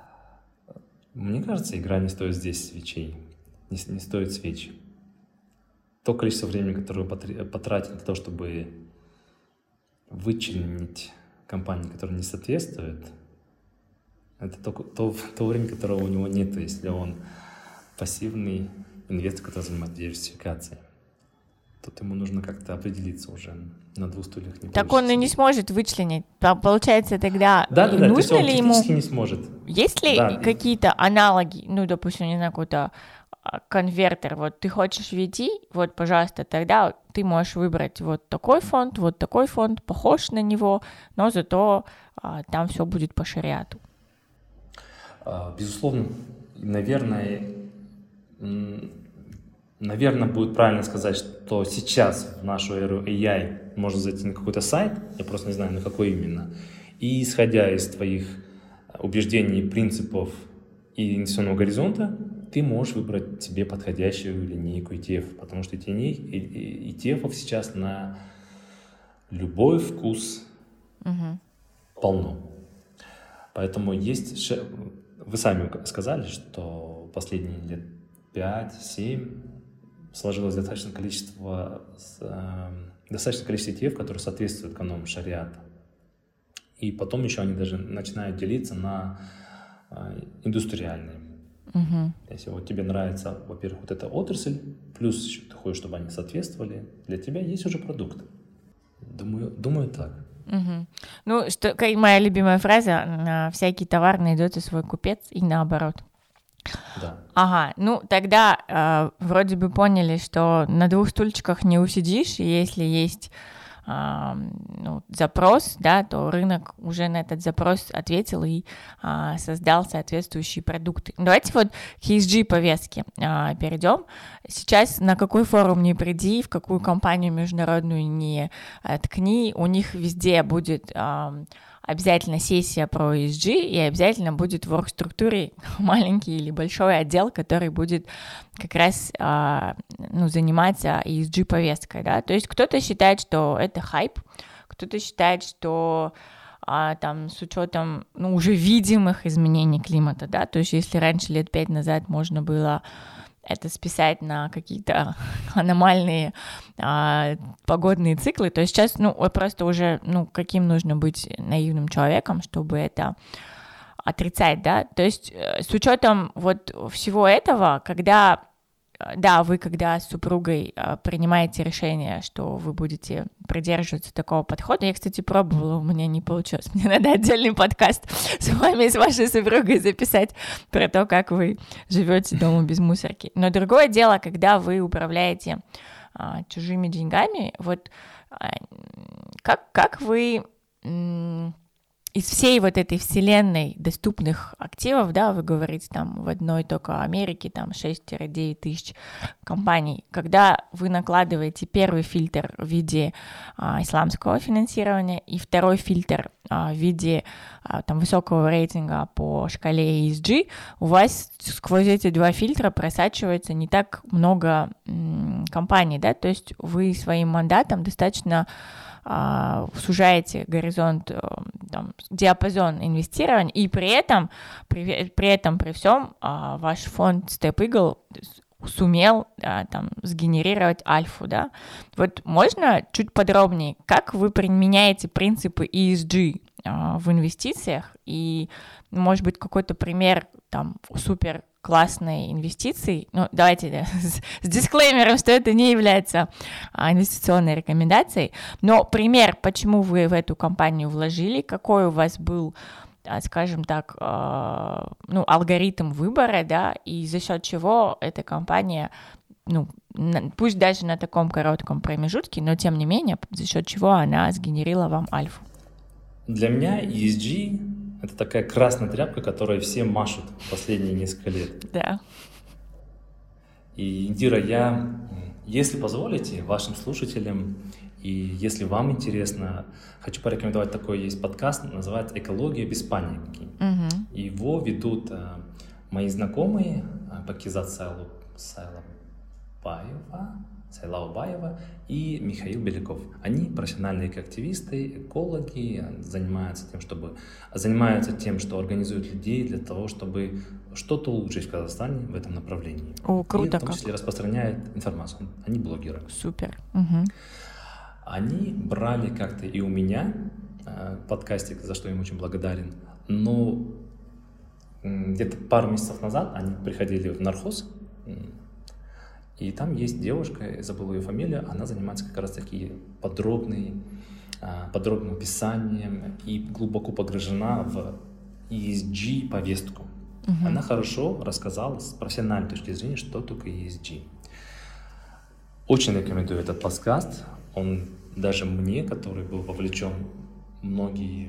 Мне кажется, игра не стоит здесь свечей. Не, не стоит свеч. То количество времени, которое вы потратите на то, чтобы вычленить компании, которые не соответствуют, это то, то, то время, которого у него нет, если он пассивный инвестор, который занимается диверсификацией. Тут ему нужно как-то определиться уже на двух стульях. Не так он и не сможет вычленить. Получается, тогда да, да, да, нужно то есть он ли ему... не сможет. Есть ли да. какие-то аналоги, ну, допустим, не знаю, какой-то конвертер, вот ты хочешь ви ти, вот, пожалуйста, тогда ты можешь выбрать вот такой фонд, вот такой фонд, похож на него, но зато а, там все будет по шариату. Безусловно, наверное, наверное, будет правильно сказать, что сейчас в нашу эру эй ай можно зайти на какой-то сайт, я просто не знаю, на какой именно, и исходя из твоих убеждений, принципов и инвестиционного горизонта, ты можешь выбрать себе подходящую линейку и ти эф, потому что и ти эф сейчас на любой вкус угу. полно. Поэтому есть... Вы сами сказали, что последние лет пять-семь сложилось достаточное количество, достаточное количество и ти эф, которые соответствуют канонам шариата. И потом еще они даже начинают делиться на индустриальные. Угу. Если вот тебе нравится, во-первых, вот эта отрасль, плюс еще ты хочешь, чтобы они соответствовали, для тебя есть уже продукт. Думаю, думаю так. Угу. Ну, что, как моя любимая фраза, всякий товар найдется свой купец и наоборот. Да. Ага, ну тогда э, вроде бы поняли, что на двух стульчиках не усидишь, и если есть э, ну, запрос, да, то рынок уже на этот запрос ответил и э, создал соответствующие продукты. Давайте вот к и эс джи-повестке э, перейдем. Сейчас на какой форум не приди, в какую компанию международную не э, ткни, у них везде будет... Э, обязательно сессия про и эс джи, и обязательно будет в оргструктуре маленький или большой отдел, который будет как раз а, ну, заниматься и эс джи-повесткой, да, то есть кто-то считает, что это хайп, кто-то считает, что а, там с учетом, ну, уже видимых изменений климата, да, то есть если раньше лет пять назад можно было это списать на какие-то аномальные а, погодные циклы, то сейчас, ну, просто уже, ну, каким нужно быть наивным человеком, чтобы это отрицать, да, то есть с учетом вот всего этого, когда, да, вы когда с супругой принимаете решение, что вы будете придерживаться такого подхода, я, кстати, пробовала, у меня не получилось, мне надо отдельный подкаст с вами, с вашей супругой записать про то, как вы живете дома без мусорки. Но другое дело, когда вы управляете а, чужими деньгами, вот а, как, как вы... М- из всей вот этой вселенной доступных активов, да, вы говорите, там, в одной только Америке, там, шесть-девять тысяч компаний, когда вы накладываете первый фильтр в виде а, исламского финансирования и второй фильтр а, в виде а, там, высокого рейтинга по шкале и эс джи, у вас сквозь эти два фильтра просачивается не так много м- компаний, да, то есть вы своим мандатом достаточно а, сужаете горизонт, там, диапазон инвестирования, и при этом, при, при этом, при всем, а, ваш фонд Step Eagle сумел а, там сгенерировать альфу, да? Вот можно чуть подробнее, как вы применяете принципы и эс джи а, в инвестициях, и, может быть, какой-то пример там супер классной инвестиции, ну, давайте да, с, с дисклеймером, что это не является а, инвестиционной рекомендацией, но пример, почему вы в эту компанию вложили, какой у вас был, скажем так, ну, алгоритм выбора, да, и за счет чего эта компания, ну, пусть даже на таком коротком промежутке, но тем не менее, за счет чего она сгенерила вам альфу. Для меня и эс джи — это такая красная тряпка, которой все машут последние несколько лет. Да. И, Индира, я, если позволите, вашим слушателям, и если вам интересно, хочу порекомендовать такой есть подкаст, называется «Экология без паники». Угу. Его ведут а, мои знакомые Пакизат Сайлаубаева, Сайлаубаева и Михаил Беляков. Они профессиональные активисты, экологи, занимаются тем, чтобы, занимаются тем, что организуют людей для того, чтобы что-то улучшить в Казахстане в этом направлении. О, круто. И в том числе как. распространяют информацию. Они блогеры. Супер. Угу. Они брали как-то и у меня э, подкастик, за что им очень благодарен, но э, где-то пару месяцев назад они приходили в нархоз, э, и там есть девушка, я забыл ее фамилию, она занимается как раз таки подробной, э, подробным описанием и глубоко погружена в и эс джи повестку. Uh-huh. Она хорошо рассказала с профессиональной точки зрения, что такое и эс джи. Очень рекомендую этот подкаст. Он даже мне, который был вовлечен в многие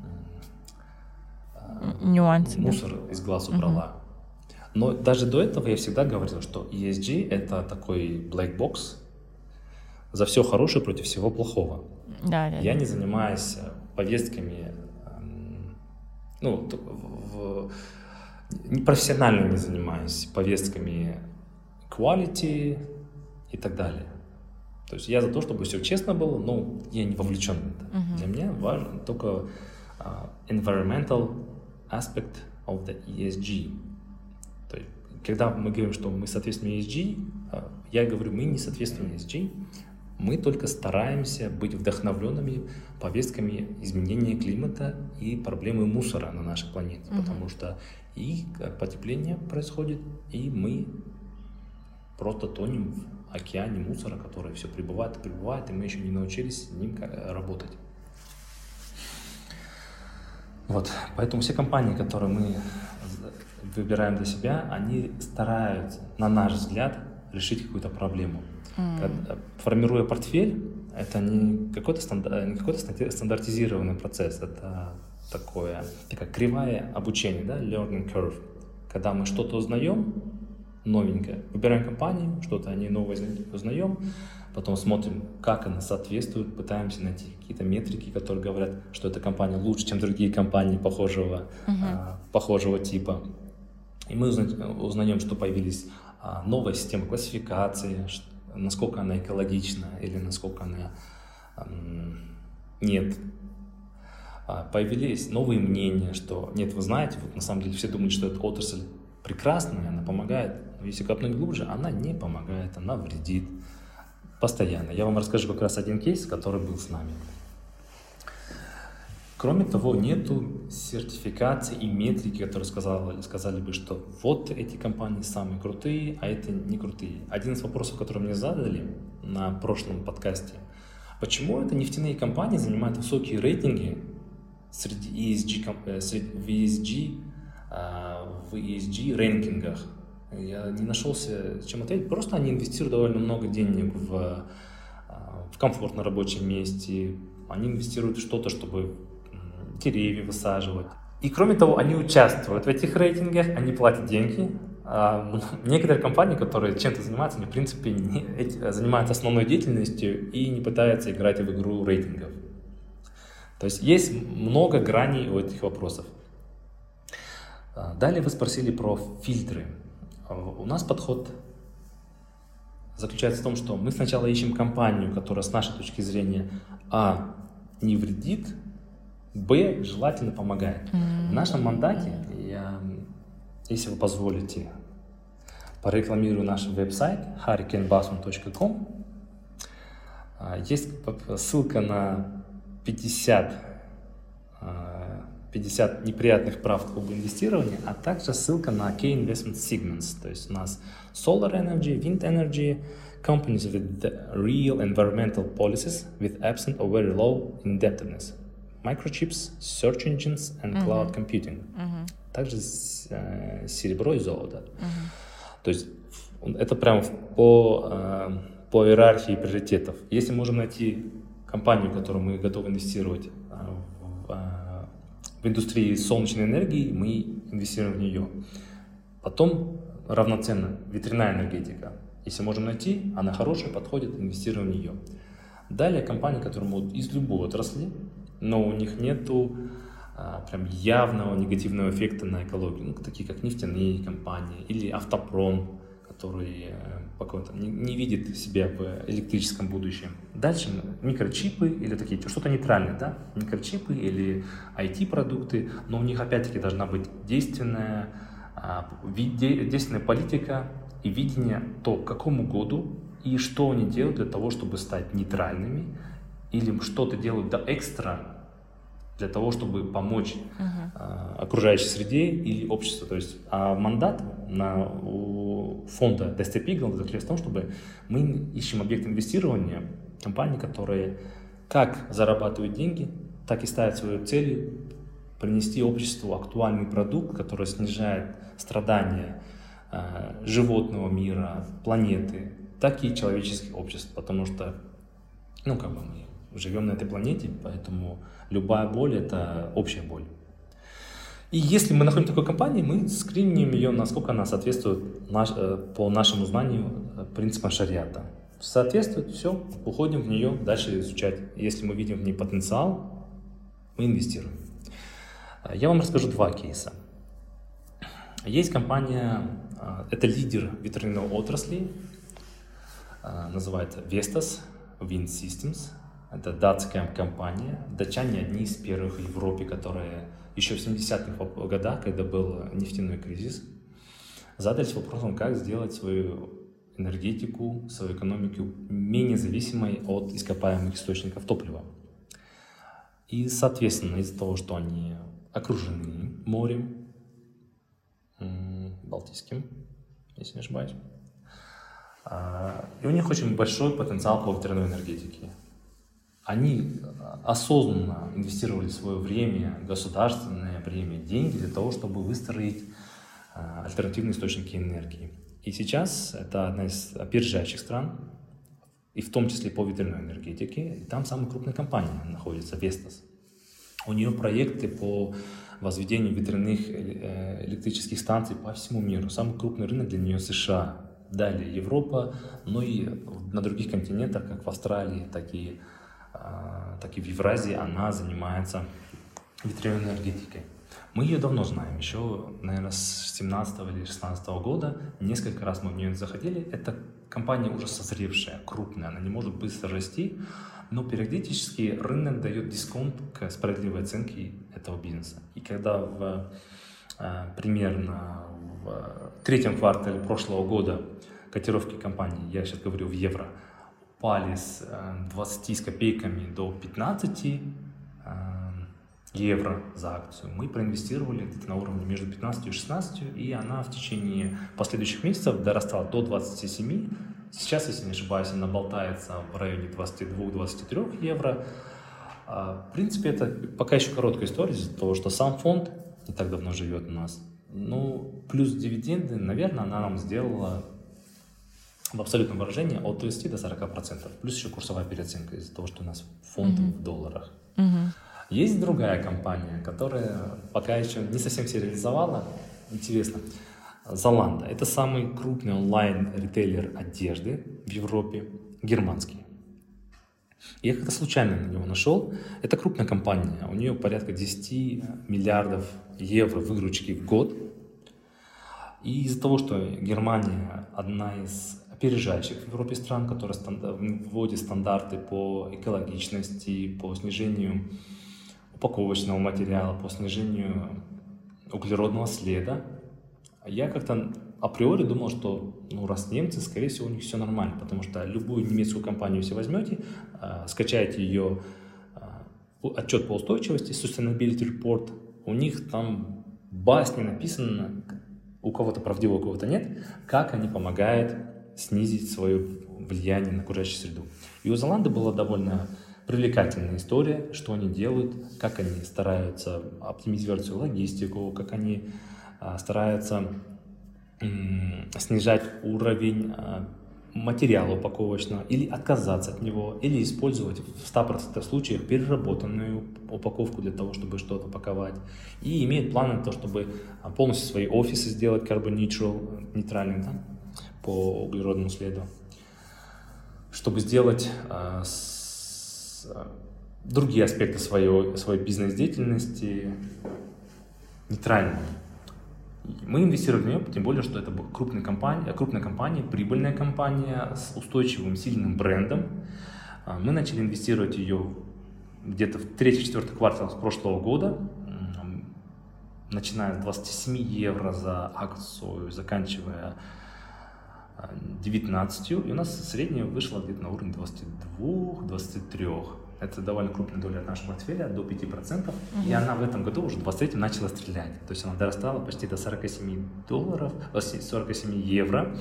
нюансы, мусор да? из глаз убрала. Uh-huh. Но даже до этого я всегда говорил, что и эс джи — это такой black box за все хорошее против всего плохого. Да, да, я да. не занимаюсь повестками, ну, в, не профессионально не занимаюсь повестками quality и так далее. То есть я за то, чтобы все честно было, но я не вовлечен в это. Uh-huh. Для меня важен только uh, environmental aspect of the и эс джи. То есть, когда мы говорим, что мы соответствуем и эс джи, uh, я говорю, мы не соответствуем и эс джи, мы только стараемся быть вдохновленными повестками изменения климата и проблемы мусора на нашей планете, uh-huh. потому что и потепление происходит, и мы просто тонем в океане мусора, который все прибывает и прибывает, и мы еще не научились с ним работать. Вот, поэтому все компании, которые мы выбираем для себя, они стараются, на наш взгляд, решить какую-то проблему. Mm. Когда, формируя портфель, это не какой-то, стандар, не какой-то стандартизированный процесс, это такое, такая кривая обучения, да, learning curve. Когда мы что-то узнаем, новенькое, выбираем компанию, что-то о ней новое узнаем, потом смотрим, как она соответствует, пытаемся найти какие-то метрики, которые говорят, что эта компания лучше, чем другие компании похожего, uh-huh. а, похожего типа. И мы узнаем, узнаем, что появились а, новая система классификации, что, насколько она экологична или насколько она а, нет. А, появились новые мнения, что нет, вы знаете, вот на самом деле все думают, что эта отрасль прекрасная, она помогает, но если копнуть глубже, она не помогает, она вредит постоянно. Я вам расскажу как раз один кейс, который был с нами. Кроме того, нету сертификации и метрики, которые сказали, сказали бы, что вот эти компании самые крутые, а это не крутые. Один из вопросов, который мне задали на прошлом подкасте, почему это нефтяные компании занимают высокие рейтинги среди и эс джи, среди, в и эс джи, в и эс джи рэнкингах. Я не нашелся, чем ответить. Просто они инвестируют довольно много денег в, в комфорт на рабочем месте. Они инвестируют в что-то, чтобы деревья высаживать. И кроме того, они участвуют в этих рейтингах, они платят деньги. А некоторые компании, которые чем-то занимаются, они в принципе не, занимаются основной деятельностью и не пытаются играть в игру рейтингов. То есть есть много граней у этих вопросов. Далее вы спросили про фильтры. У нас подход заключается в том, что мы сначала ищем компанию, которая с нашей точки зрения а. не вредит, б. желательно помогает. Mm-hmm. В нашем мандате, я, если вы позволите, порекламирую наш веб-сайт hurricane basson точка com. Есть ссылка на пятьдесят, пятьдесят неприятных прав в инвестировании, а также ссылка на Key Investment Segments. То есть у нас Solar Energy, Wind Energy, companies with real environmental policies with absent or very low indebtedness, microchips, search engines and uh-huh. cloud computing. Uh-huh. Также э, серебро и золото. Uh-huh. То есть это прям по, э, по иерархии приоритетов. Если можем найти компанию, в которую мы готовы инвестировать э, в, э, в индустрии солнечной энергии, мы инвестируем в нее. Потом равноценно ветряная энергетика. Если можем найти, она хорошая, подходит, инвестируем в нее. Далее компании, которые могут из любой отрасли, но у них нету а, прям явного негативного эффекта на экологию, ну, такие как нефтяные компании или автопром, который по какому-то не, не видит себя в электрическом будущем. Дальше микрочипы или такие, что-то нейтральное, да? Микрочипы или ай ти-продукты, но у них опять-таки должна быть действенная, а, действенная политика и видение, то к какому году и что они делают для того, чтобы стать нейтральными, или что-то делают до экстра для того, чтобы помочь uh-huh. э, окружающей среде или обществу. То есть а мандат на, у фонда Destep Eagle заключается в том, чтобы мы ищем объект инвестирования компаний, которые как зарабатывают деньги, так и ставят свою целью принести обществу актуальный продукт, который снижает страдания э, животного мира, планеты, так и человеческих обществ, потому что, ну, как бы мы живем на этой планете, поэтому любая боль – это общая боль. И если мы находим такую компанию, мы скриним ее, насколько она соответствует наш, по нашему знанию принципам шариата. Соответствует, все, уходим в нее, дальше изучать. Если мы видим в ней потенциал, мы инвестируем. Я вам расскажу два кейса. Есть компания, это лидер ветряной отрасли, называется Vestas Wind Systems. Это датская компания. Датчане одни из первых в Европе, которые еще в семидесятых годах, когда был нефтяной кризис, задались вопросом, как сделать свою энергетику, свою экономику менее зависимой от ископаемых источников топлива. И, соответственно, из-за того, что они окружены морем, Балтийским, если не ошибаюсь, и у них очень большой потенциал по ветряной энергетике. Они осознанно инвестировали свое время, государственное время, деньги для того, чтобы выстроить альтернативные источники энергии. И сейчас это одна из опережающих стран, и в том числе по ветряной энергетике. И там самая крупная компания находится, Vestas. У нее проекты по возведению ветряных электрических станций по всему миру. Самый крупный рынок для нее США. Далее Европа, но и на других континентах, как в Австралии, так и так и в Евразии она занимается ветряной энергетикой. Мы ее давно знаем, еще, наверное, с семнадцатого или шестнадцатого года. Несколько раз мы в нее заходили. Это компания уже созревшая, крупная, она не может быстро расти, но периодически рынок дает дисконт к справедливой оценке этого бизнеса. И когда в, примерно в третьем квартале прошлого года котировки компании, я сейчас говорю в евро, упали с двадцати с копейками до пятнадцати евро за акцию. Мы проинвестировали где-то на уровне между пятнадцатью и шестнадцатью, и она в течение последующих месяцев дорастала до двадцати семи. Сейчас, если не ошибаюсь, она болтается в районе двадцати двух — двадцати трёх евро. В принципе, это пока еще короткая история из-за того, что сам фонд не так давно живет у нас. Ну, плюс дивиденды, наверное, она нам сделала в абсолютном выражении от тридцати до сорока процентов. Плюс еще курсовая переоценка из-за того, что у нас фонд mm-hmm. в долларах. Mm-hmm. Есть другая компания, которая пока еще не совсем все реализовала. Интересно. Zalando. Это самый крупный онлайн-ритейлер одежды в Европе, германский. Я как-то случайно на него нашел. Это крупная компания. У нее порядка десяти миллиардов евро выручки в год. И из-за того, что Германия одна из опережающих в Европе стран, которые вводят стандарты по экологичности, по снижению упаковочного материала, по снижению углеродного следа. Я как-то априори думал, что ну, раз немцы, скорее всего, у них все нормально, потому что любую немецкую компанию, если возьмете, э, скачаете ее э, отчет по устойчивости, Sustainability Report, у них там басни написано, у кого-то правдиво, у кого-то нет, как они помогают снизить свое влияние на окружающую среду. И у Zalando была довольно привлекательная история, что они делают, как они стараются оптимизировать свою логистику, как они а, стараются м, снижать уровень а, материала упаковочного или отказаться от него, или использовать в ста процентах случаев переработанную упаковку для того, чтобы что-то паковать. И имеют планы на то, чтобы полностью свои офисы сделать carbon neutral, нейтральными, да, по углеродному следу, чтобы сделать а, с, а, другие аспекты своей, своей бизнес-деятельности нейтральными. Мы инвестировали в нее, тем более, что это крупная компания, крупная компания, прибыльная компания с устойчивым, сильным брендом. Мы начали инвестировать в ее где-то в третий-четвертый квартал прошлого года, начиная с двадцати семи евро за акцию, заканчивая девятнадцатью, и у нас средняя вышла где-то на уровне двадцати двух - двадцати трёх. Это довольно крупная доля от нашего портфеля, до пяти процентов. Mm-hmm. И она в этом году уже в двадцать третьем начала стрелять. То есть она дорастала почти до сорока семи долларов, сорока семи евро.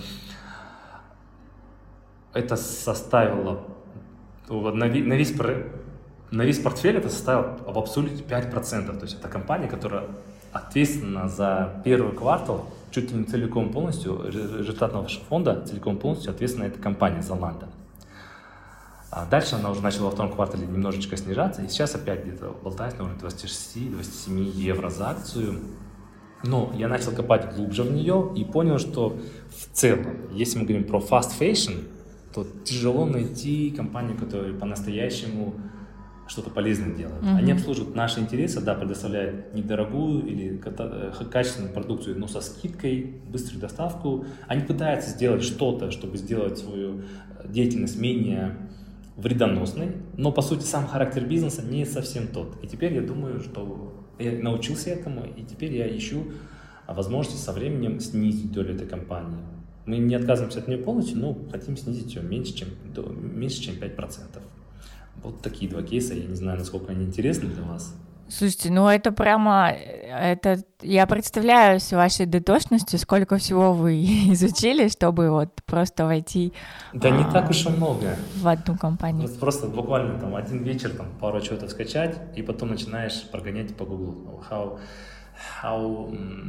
Это составило на весь, на весь портфель это составило в абсолюте пять процентов. То есть это компания, которая ответственна за первый квартал, чуть ли не целиком полностью, результат нашего фонда целиком полностью ответственна эта компания Zalando. А дальше она уже начала во втором квартале немножечко снижаться, и сейчас опять где-то болтается на уровне двадцати шести - двадцати семи евро за акцию. Но я начал копать глубже в нее и понял, что в целом, если мы говорим про fast fashion, то тяжело найти компанию, которая по-настоящему что-то полезное делает. Mm-hmm. Они обслуживают наши интересы, да, предоставляют недорогую или качественную продукцию, но со скидкой, быструю доставку. Они пытаются сделать что-то, чтобы сделать свою деятельность менее вредоносной, но по сути сам характер бизнеса не совсем тот. И теперь я думаю, что я научился этому, и теперь я ищу возможности со временем снизить долю этой компании. Мы не отказываемся от нее полностью, но хотим снизить ее меньше, чем, до, меньше, чем пять процентов. Вот такие два кейса, я не знаю, насколько они интересны для вас. Слушайте, ну это прямо, это я представляю с вашей дотошностью, сколько всего вы изучили, чтобы вот просто войти. Да а, не так уж и много. В одну компанию. Вот просто буквально там один вечер там пару чего-то скачать, и потом начинаешь прогонять по Google. How, how,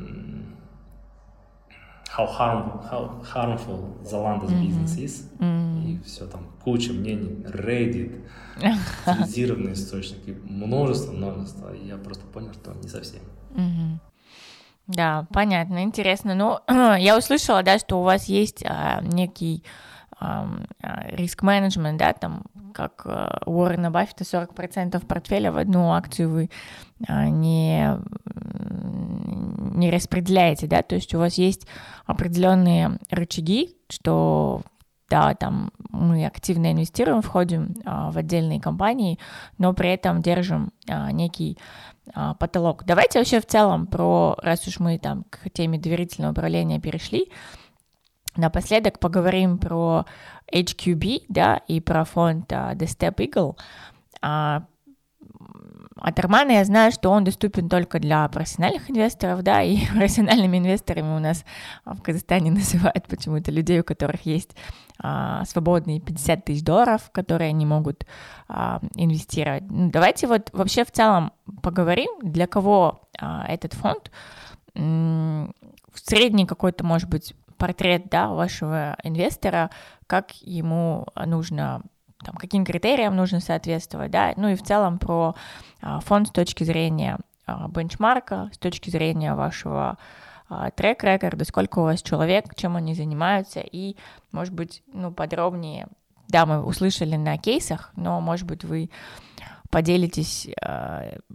how, harm, how harmful Zalando's mm-hmm. business is. Mm-hmm. И все там, куча мнений, Reddit, специализированные источники, множество, множество. И я просто понял, что не совсем. Mm-hmm. Да, понятно, интересно. Ну, я услышала, да, что у вас есть а, некий риск-менеджмент, да, там, как а, у Уоррена Баффета сорок процентов портфеля в одну акцию вы а, не, не распределяете, да, то есть у вас есть определенные рычаги, что, да, там мы активно инвестируем, входим а, в отдельные компании, но при этом держим а, некий а, потолок. Давайте вообще в целом про, раз уж мы там к теме доверительного управления перешли, напоследок поговорим про эйч кью би, да, и про фонд uh, The Step Eagle. Uh, от Романа я знаю, что он доступен только для профессиональных инвесторов, да, и профессиональными инвесторами у нас в Казахстане называют почему-то людей, у которых есть uh, свободные пятьдесят тысяч долларов, которые они могут uh, инвестировать. Ну, давайте вот вообще в целом поговорим, для кого uh, этот фонд, м- средний какой-то, может быть, портрет, да, вашего инвестора, как ему нужно, там, каким критериям нужно соответствовать, да, ну и в целом про а, фонд с точки зрения а, бенчмарка, с точки зрения вашего а, трек-рекорда, сколько у вас человек, чем они занимаются, и, может быть, ну, подробнее, да, мы услышали на кейсах, но, может быть, вы поделитесь а,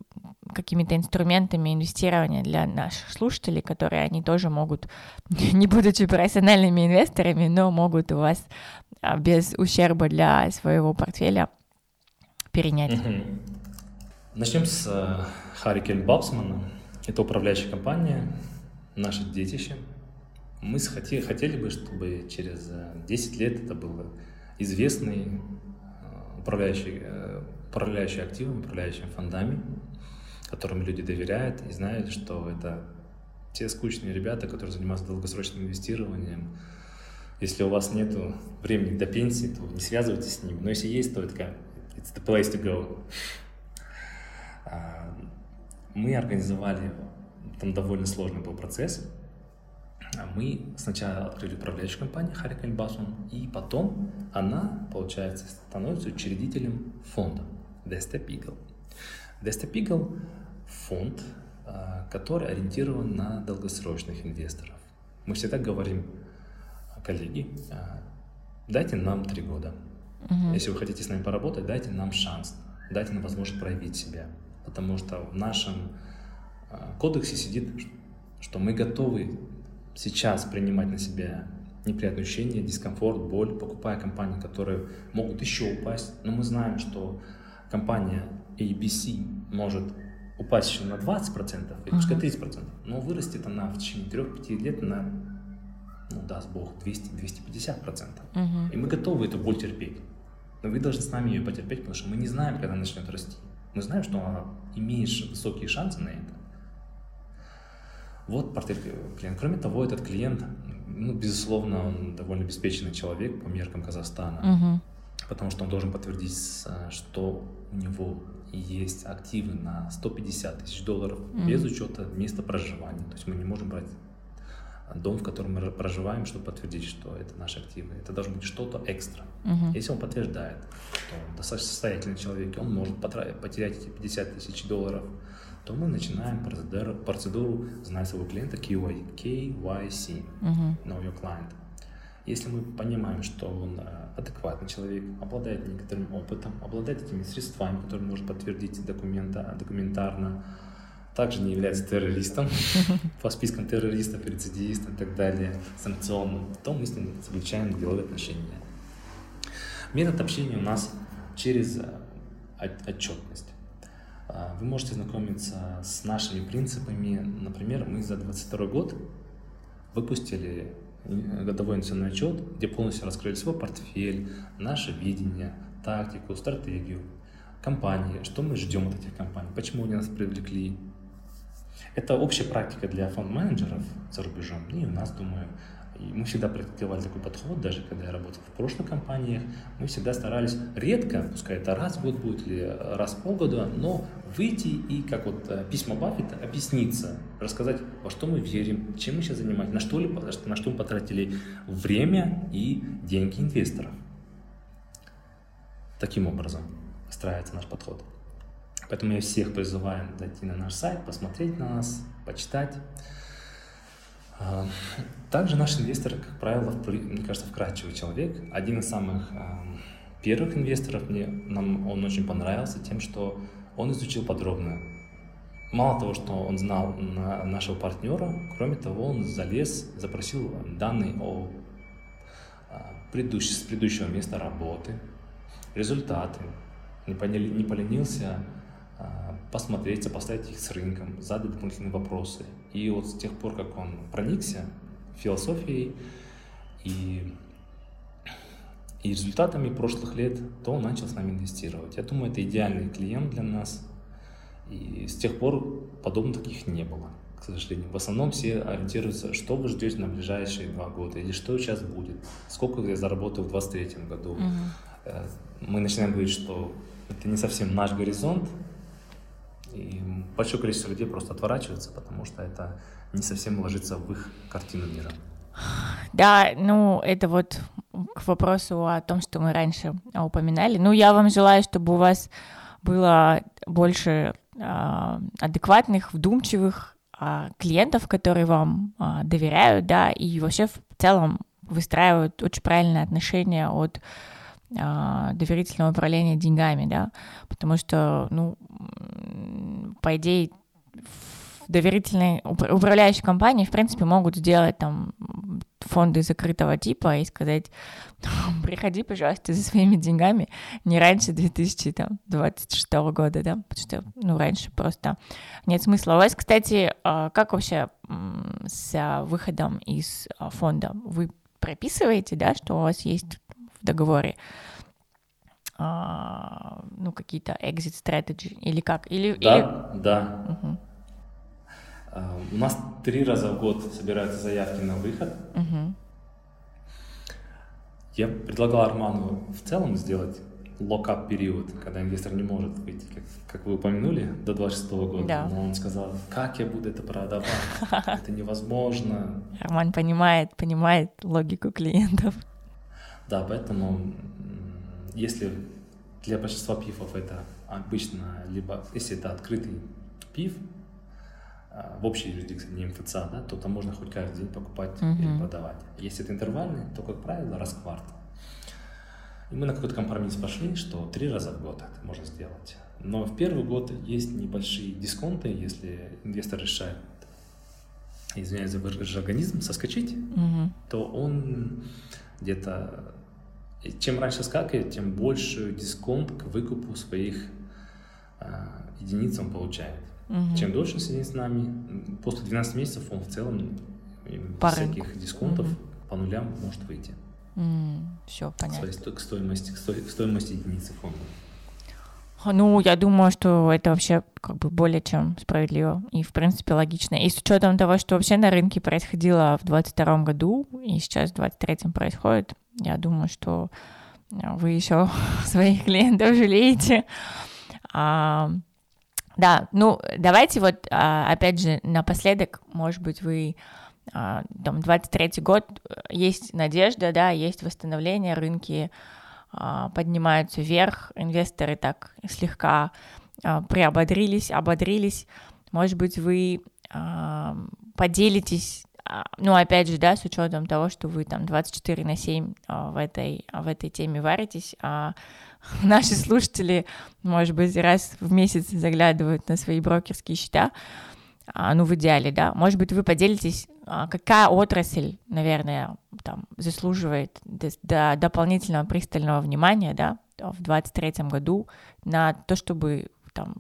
какими-то инструментами инвестирования для наших слушателей, которые они тоже могут, не будучи профессиональными инвесторами, но могут у вас без ущерба для своего портфеля перенять. Mm-hmm. Начнем с Hurricane Babsman. Это управляющая компания, наше детище. Мы хотели, хотели бы, чтобы через десять лет это был известный управляющий, управляющий активами, управляющими фондами, которым люди доверяют и знают, что это те скучные ребята, которые занимаются долгосрочным инвестированием. Если у вас нет времени до пенсии, то не связывайтесь с ними. Но если есть, то это как it's the place to go. Мы организовали, там довольно сложный был процесс. Мы сначала открыли управляющую компанию Hurricane Babsman, и потом она, получается, становится учредителем фонда Desktop Eagle. Desktop Eagle – фонд, который ориентирован на долгосрочных инвесторов. Мы всегда говорим: коллеги, дайте нам три года. Uh-huh. Если вы хотите с нами поработать, дайте нам шанс, дайте нам возможность проявить себя. Потому что в нашем кодексе сидит, что мы готовы сейчас принимать на себя неприятные ощущения, дискомфорт, боль, покупая компании, которые могут еще упасть. Но мы знаем, что компания эй би си может упасть еще на двадцать процентов, или пускай тридцать процентов, но вырастет она в течение трех-пяти лет на, ну, даст Бог, двести-двести пятьдесят процентов. Uh-huh. И мы готовы эту боль терпеть. Но вы должны с нами ее потерпеть, потому что мы не знаем, когда она начнет расти. Мы знаем, что имеешь высокие шансы на это. Вот портфель клиента. Кроме того, этот клиент, ну, безусловно, он довольно обеспеченный человек по меркам Казахстана, uh-huh. потому что он должен подтвердить, что у него есть активы на сто пятьдесят тысяч долларов uh-huh. без учета места проживания. То есть мы не можем брать дом, в котором мы проживаем, чтобы подтвердить, что это наши активы. Это должно быть что-то экстра. Uh-huh. Если он подтверждает, что он достаточно состоятельный человек, и он может потерять эти пятьдесят тысяч долларов, то мы начинаем процедуру, процедуру знать своего клиента кей вай си, uh-huh. Know Your Client. Если мы понимаем, что он адекватный человек, обладает некоторым опытом, обладает этими средствами, которые может подтвердить документа, документарно, также не является террористом по спискам террористов, рецидивистов и так далее, санкционным, то мы с ним заключаем деловые отношения. Метод общения у нас через отчетность. Вы можете знакомиться с нашими принципами. Например, мы за двадцать второй год выпустили годовой инвестиционный отчет, где полностью раскрыли свой портфель, наше видение, тактику, стратегию компании, что мы ждем от этих компаний, почему они нас привлекли. Это общая практика для фонд-менеджеров за рубежом, и у нас, думаю. И мы всегда практиковали такой подход, даже когда я работал в прошлых компаниях, мы всегда старались редко, пускай это раз в год будет или раз в полгода, но выйти и, как вот письма Баффета, объясниться, рассказать, во что мы верим, чем мы сейчас занимаемся, на что, ли, на что мы потратили время и деньги инвесторов. Таким образом выстраивается наш подход. Поэтому я всех призываю зайти на наш сайт, посмотреть на нас, почитать. Также наш инвестор, как правило, мне кажется, вкрадчивый человек. Один из самых первых инвесторов, мне, нам он очень понравился тем, что он изучил подробно. Мало того, что он знал на нашего партнера, кроме того, он залез, запросил данные о предыдущем, с предыдущего места работы, результаты, не, поняли, не поленился посмотреть, сопоставить их с рынком, задать дополнительные вопросы. И вот с тех пор, как он проникся философией и, и результатами прошлых лет, то он начал с нами инвестировать. Я думаю, это идеальный клиент для нас. И с тех пор подобных таких не было, к сожалению. В основном все ориентируются, что вы ждете на ближайшие два года, или что сейчас будет, сколько я заработаю в двадцать третьем году. Uh-huh. Мы начинаем говорить, что это не совсем наш горизонт, и большое количество людей просто отворачивается, потому что это не совсем ложится в их картину мира. Да, ну это вот к вопросу о том, что мы раньше упоминали. Ну я вам желаю, чтобы у вас было больше э, адекватных, вдумчивых э, клиентов, которые вам э, доверяют, да, и вообще в целом выстраивают очень правильные отношения от доверительного управления деньгами, да, потому что, ну, по идее, доверительные управляющие компании, в принципе, могут сделать там фонды закрытого типа и сказать: приходи, пожалуйста, за своими деньгами не раньше две тысячи двадцать шестого года, да, потому что, ну, раньше просто нет смысла. У вас, кстати, как вообще с выходом из фонда? Вы прописываете, да, что у вас есть в договоре, ну, какие-то exit strategy или как? Или, да, или... да. Угу. Uh, у нас три раза в год собираются заявки на выход. Uh-huh. Я предлагал Арману в целом сделать локап период, когда инвестор не может выйти, как, как вы упомянули, до двадцать шестого года. Да. Но он сказал: как я буду это продавать? Это невозможно. Арман понимает, понимает логику клиентов. Да, поэтому если для большинства пифов это обычно, либо если это открытый пиф, в общей юрисдикции, не эм эф цэ а, да, то там можно хоть каждый день покупать uh-huh. или продавать. Если это интервальный, то, как правило, раз в квартал. И мы на какой-то компромисс пошли, что три раза в год это можно сделать. Но в первый год есть небольшие дисконты, если инвестор решает, извиняюсь за организм, соскочить, uh-huh. то он где-то, чем раньше скакает, тем больше дисконт к выкупу своих а, единиц он получает. Угу. Чем дольше сидит с нами, после двенадцати месяцев он в целом без всяких дисконтов угу. по нулям может выйти. Mm, все понятно. К стоимости, к стоимости единицы фонда. Ну, я думаю, что это вообще как бы более чем справедливо и, в принципе, логично. И с учетом того, что вообще на рынке происходило в двадцать втором году и сейчас в двадцать третьем происходит, я думаю, что вы еще своих клиентов жалеете. А, да, ну, давайте вот, опять же, напоследок, может быть, вы, там, двадцать третий год, есть надежда, да, есть восстановление, рынки поднимаются вверх, инвесторы так слегка приободрились, ободрились. Может быть, вы поделитесь, ну, опять же, да, с учетом того, что вы там двадцать четыре на семь в этой, в этой теме варитесь, а наши слушатели, может быть, раз в месяц заглядывают на свои брокерские счета, ну, в идеале, да, может быть, вы поделитесь, какая отрасль, наверное, там, заслуживает до, до дополнительного пристального внимания, да, в двадцать третьем году на то, чтобы там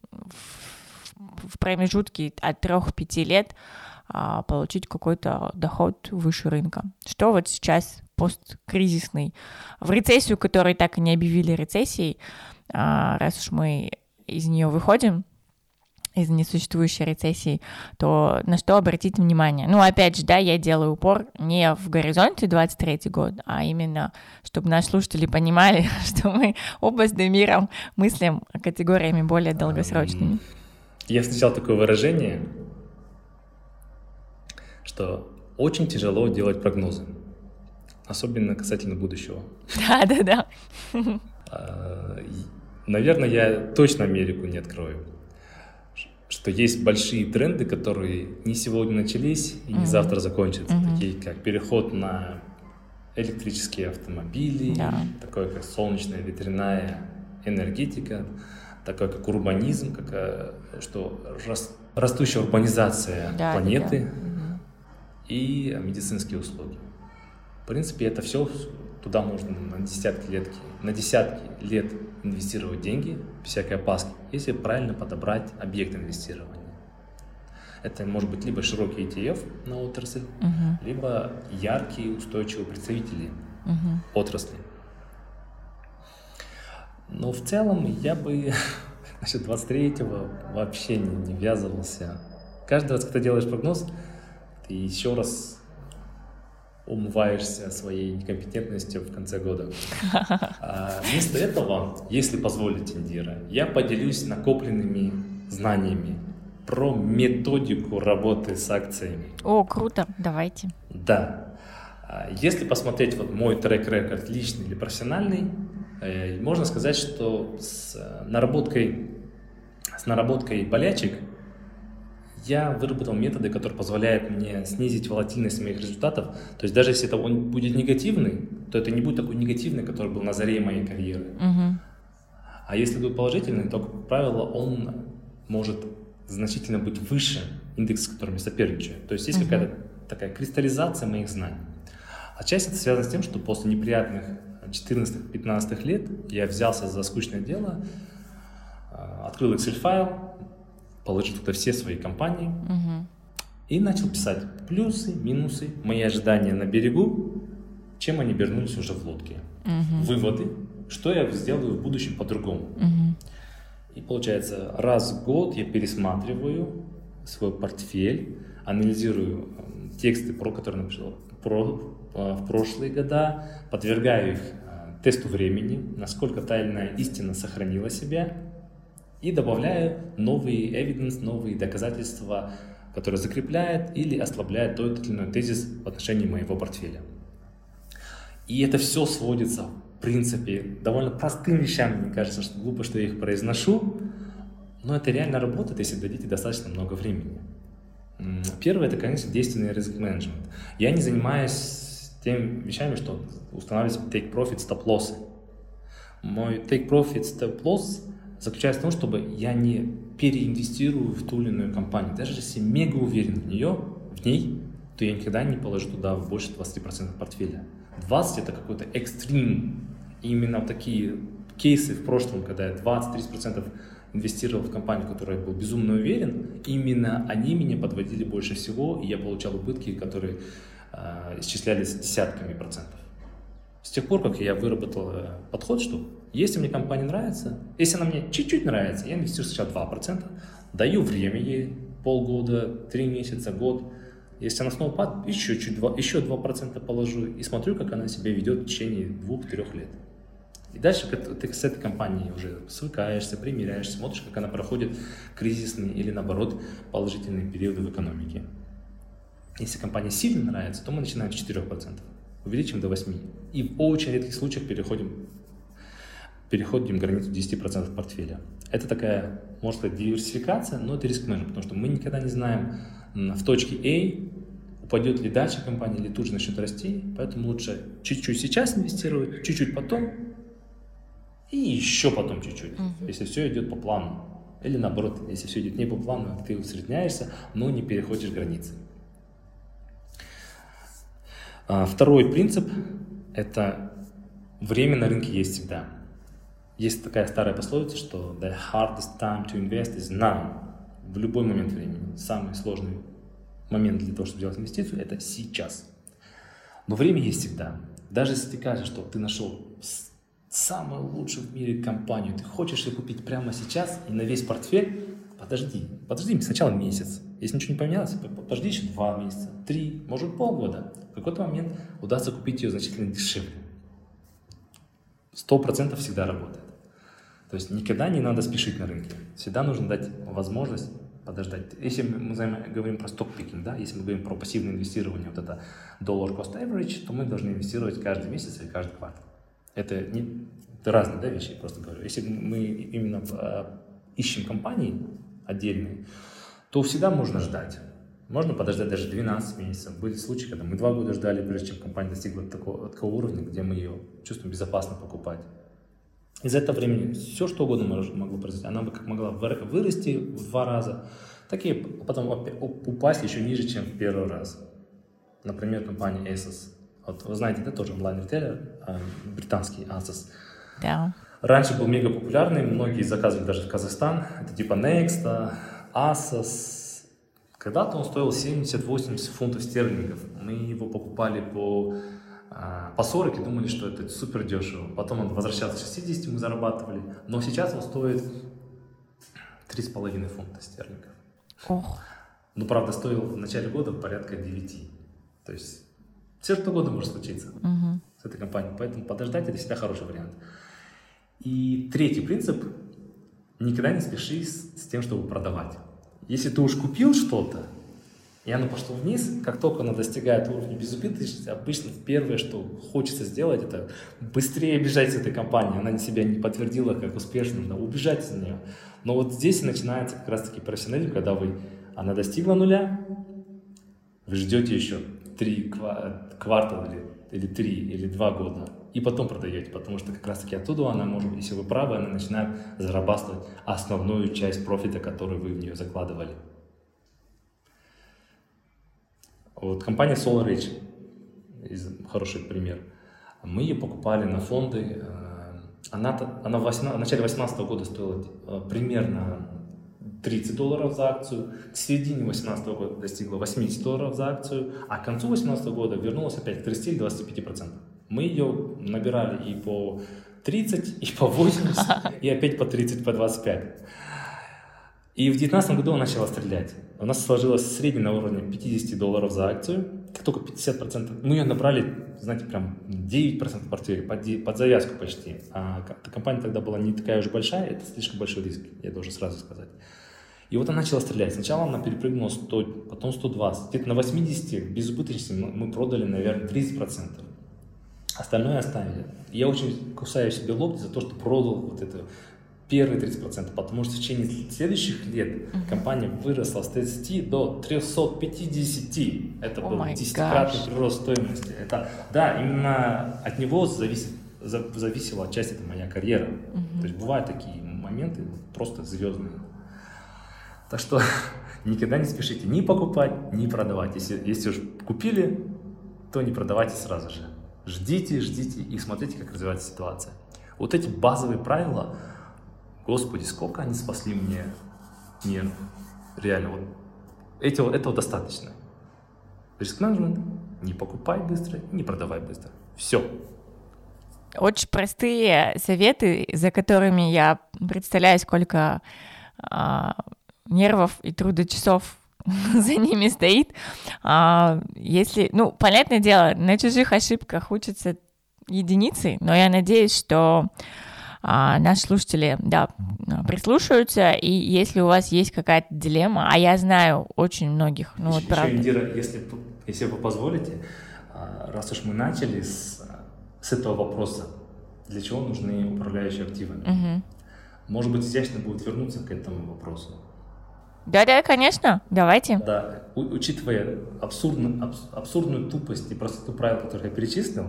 в, в промежутке от трёх-пяти лет а, получить какой-то доход выше рынка. Что вот сейчас посткризисный, в рецессию, которую так и не объявили рецессией, а, раз уж мы из нее выходим, из несуществующей рецессии, то на что обратить внимание? Ну, опять же, да, я делаю упор не в горизонте двадцать третий год, а именно, чтобы наши слушатели понимали, что мы оба с Дамиром мыслим категориями более долгосрочными. Я встречал такое выражение, что очень тяжело делать прогнозы, особенно касательно будущего. Да-да-да. Наверное, я точно Америку не открою. Что есть большие тренды, которые не сегодня начались и не mm-hmm. завтра закончатся, mm-hmm. такие как переход на электрические автомобили, yeah. такое как солнечная ветряная энергетика, такое как урбанизм, как что рас, растущая урбанизация yeah, планеты yeah. Mm-hmm. и медицинские услуги. В принципе, это все туда можно на десятки лет, на десятки лет инвестировать деньги без всякой опаски, если правильно подобрать объект инвестирования. Это может быть либо широкий и ти эф на отрасль, uh-huh. либо яркие устойчивые представители uh-huh. отрасли. Но в целом я бы насчет двадцать третьего вообще не, не ввязывался. Каждый раз, когда делаешь прогноз, ты еще раз умываешься своей некомпетентностью в конце года. А вместо этого, если позволите, Индира, я поделюсь накопленными знаниями про методику работы с акциями. О, круто, давайте. Да. Если посмотреть вот мой трек-рекорд, личный или профессиональный, можно сказать, что с наработкой, с наработкой болячек я выработал методы, которые позволяют мне снизить волатильность моих результатов. То есть даже если это он будет негативный, то это не будет такой негативный, который был на заре моей карьеры. Uh-huh. А если будет положительный, то, как правило, он может значительно быть выше индекса, с которым я соперничаю. То есть есть uh-huh. какая-то такая кристаллизация моих знаний. Отчасти это связано с тем, что после неприятных четырнадцатых-пятнадцатых лет я взялся за скучное дело, открыл Excel-файл, положил туда все свои компании uh-huh. и начал писать плюсы, минусы, мои ожидания на берегу, чем они вернулись уже в лодке. Uh-huh. Выводы, что я сделаю в будущем по-другому. Uh-huh. И получается, раз в год я пересматриваю свой портфель, анализирую тексты, про которые написал про, в прошлые года, подвергаю их тесту времени, насколько та или иная истина сохранила себя, и добавляю новые evidence, новые доказательства, которые закрепляют или ослабляют тот или иной тезис в отношении моего портфеля. И это все сводится, в принципе, довольно простым вещам. Мне кажется, что глупо, что я их произношу, но это реально работает, если дадите достаточно много времени. Первое, это, конечно, действенный риск-менеджмент. Я не занимаюсь теми вещами, что устанавливать take-profit, stop-лоссы. Мой take-profit, stop-loss заключается в том, чтобы я не переинвестирую в ту или иную компанию. Даже если мега уверен в нее, в ней, то я никогда не положу туда больше двадцати процентов портфеля. двадцать это какой-то экстрим. И именно такие кейсы в прошлом, когда я двадцать-тридцать процентов инвестировал в компанию, в которой я был безумно уверен, именно они меня подводили больше всего, и я получал убытки, которые э, исчислялись десятками процентов. С тех пор, как я выработал э, подход, что если мне компания нравится, если она мне чуть-чуть нравится, я инвестирую сначала два процента, даю время ей, полгода, три месяца, год. Если она снова падает, еще, чуть два, еще два процента положу и смотрю, как она себя ведет в течение двух-трех лет. И дальше ты с этой компанией уже свыкаешься, примиряешься, смотришь, как она проходит кризисные или, наоборот, положительные периоды в экономике. Если компания сильно нравится, то мы начинаем с четырёх процентов, увеличим до восьми процентов. И в очень редких случаях переходим, переходим границу десяти процентов портфеля. Это такая, можно сказать, диверсификация, но это риск-менеджмент, потому что мы никогда не знаем, в точке А упадет ли дальше компания или тут же начнет расти, поэтому лучше чуть-чуть сейчас инвестировать, чуть-чуть потом, и еще потом чуть-чуть, uh-huh. если все идет по плану. Или наоборот, если все идет не по плану, ты усредняешься, но не переходишь границы. А, второй принцип – это время на рынке есть всегда. Есть такая старая пословица, что the hardest time to invest is now. В любой момент времени. Самый сложный момент для того, чтобы сделать инвестицию – это сейчас. Но время есть всегда. Даже если ты кажешь, что ты нашел самую лучшую в мире компанию, ты хочешь ее купить прямо сейчас и на весь портфель, подожди, подожди сначала месяц. Если ничего не поменялось, подожди еще два месяца, три, может полгода. В какой-то момент удастся купить ее значительно дешевле. Сто процентов всегда работает. То есть никогда не надо спешить на рынке. Всегда нужно дать возможность подождать. Если мы говорим про сток-пикинг, да, если мы говорим про пассивное инвестирование, вот это dollar cost average, то мы должны инвестировать каждый месяц или каждый квартал. Это, не, это разные да, вещи, я просто говорю. Если мы именно э, ищем компании отдельные, то всегда можно ждать. Можно подождать даже двенадцать месяцев. Были случаи, когда мы два года ждали, прежде чем компания достигла такого, такого уровня, где мы ее чувствуем безопасно покупать. Из этого времени все, что угодно могло произойти. Она бы как могла вырасти в два раза, так и потом упасть еще ниже, чем в первый раз. Например, компания Asos. Вот, вы знаете, это тоже онлайн-ритейлер, британский Asos. Да. Раньше был мега популярный, многие заказывали даже в Казахстан. Это типа Next, Asos. Когда-то он стоил семьдесят-восемьдесят фунтов стерлингов. Мы его покупали по, по сорок и думали, что это супер дешево. Потом он возвращался к шестидесяти, мы зарабатывали. Но сейчас он стоит три с половиной фунта стерлингов. Ох. Ну, правда, стоил в начале года порядка девяти. То есть все что угодно может случиться uh-huh. с этой компанией. Поэтому подождать – это всегда хороший вариант. И третий принцип – никогда не спеши с, с тем, чтобы продавать. Если ты уж купил что-то, и оно пошло вниз, как только оно достигает уровня безубыточности, обычно первое, что хочется сделать, это быстрее бежать с этой компании. Она себя не подтвердила как успешным, да, убежать из нее. Но вот здесь и начинается как раз-таки профессионализм, когда вы, она достигла нуля, вы ждете еще три квартала или, или три или два года, и потом продаете, потому что как раз-таки оттуда она, может быть, если вы правы, она начинает зарабатывать основную часть профита, который вы в нее закладывали. Вот компания SolarEdge, хороший пример. Мы ее покупали на фонды. Она, она в, восемнадцатом, в начале две тысячи восемнадцатого года стоила примерно тридцать долларов за акцию, к середине две тысячи восемнадцатого года достигла восемьдесят долларов за акцию, а к концу две тысячи восемнадцатого года вернулась опять к тридцати-двадцати пяти процентам. Мы ее набирали и по тридцать, и по восемьдесят, и опять по тридцать, по двадцать пять. И в две тысячи девятнадцатом году она начала стрелять. У нас сложилось средний на уровне пятьдесят долларов за акцию, как только пятьдесят процентов. Мы ее набрали, знаете, прям девять процентов портфеля, под, под завязку почти. А компания тогда была не такая уж большая, это слишком большой риск, я должен сразу сказать. И вот она начала стрелять. Сначала она перепрыгнула сто, потом сто двадцать. Где-то на восьмидесяти без убыточности мы, мы продали, наверное, тридцать процентов. Остальное оставили. Я очень кусаю себе локти за то, что продал вот это первые тридцать процентов, потому что в течение следующих лет uh-huh. компания выросла с тридцати до трёхсот пятидесяти. Это oh был десятикратный прирост стоимости. Это, да, именно от него зависит, зависела часть, это моя карьера. Uh-huh. То есть бывают такие моменты просто звездные. Так что никогда не спешите ни покупать, ни продавать. Если, если уж купили, то не продавайте сразу же. Ждите, ждите и смотрите, как развивается ситуация. Вот эти базовые правила, Господи, сколько они спасли мне нервов. Реально, вот этого, этого достаточно. Риск-менеджмент, не покупай быстро, не продавай быстро. Все. Очень простые советы, за которыми я представляю, сколько а, нервов и трудочасов за ними стоит. А, если, ну, понятное дело, на чужих ошибках учатся единицы, но я надеюсь, что а, наши слушатели, да, прислушаются, и если у вас есть какая-то дилемма, а я знаю очень многих, ну еще, вот правда. Еще, Индира, если, если вы позволите, раз уж мы начали с, с этого вопроса, для чего нужны управляющие активами? Угу. Может быть, изящно будет вернуться к этому вопросу. Да-да, конечно, давайте. Да, у, учитывая абсурдную, абс, абсурдную тупость и простоту правил, которые я перечислил,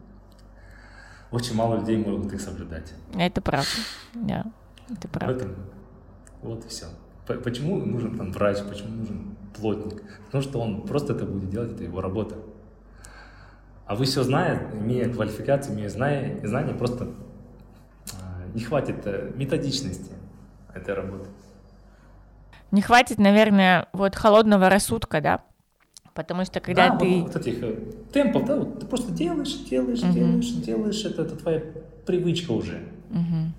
очень мало людей могут их соблюдать. Это правда, да, это правда. Поэтому вот и все. Почему нужен там врач, почему нужен плотник? Потому что он просто это будет делать, это его работа. А вы все зная, имея квалификацию, имея знания, знания просто э, не хватит э, методичности этой работы. Не хватит, наверное, вот холодного рассудка, да? Потому что когда да, ты... Вот, вот этих э, темпов, да, вот ты просто делаешь, делаешь, uh-huh. делаешь, делаешь, это, это твоя привычка уже. Uh-huh.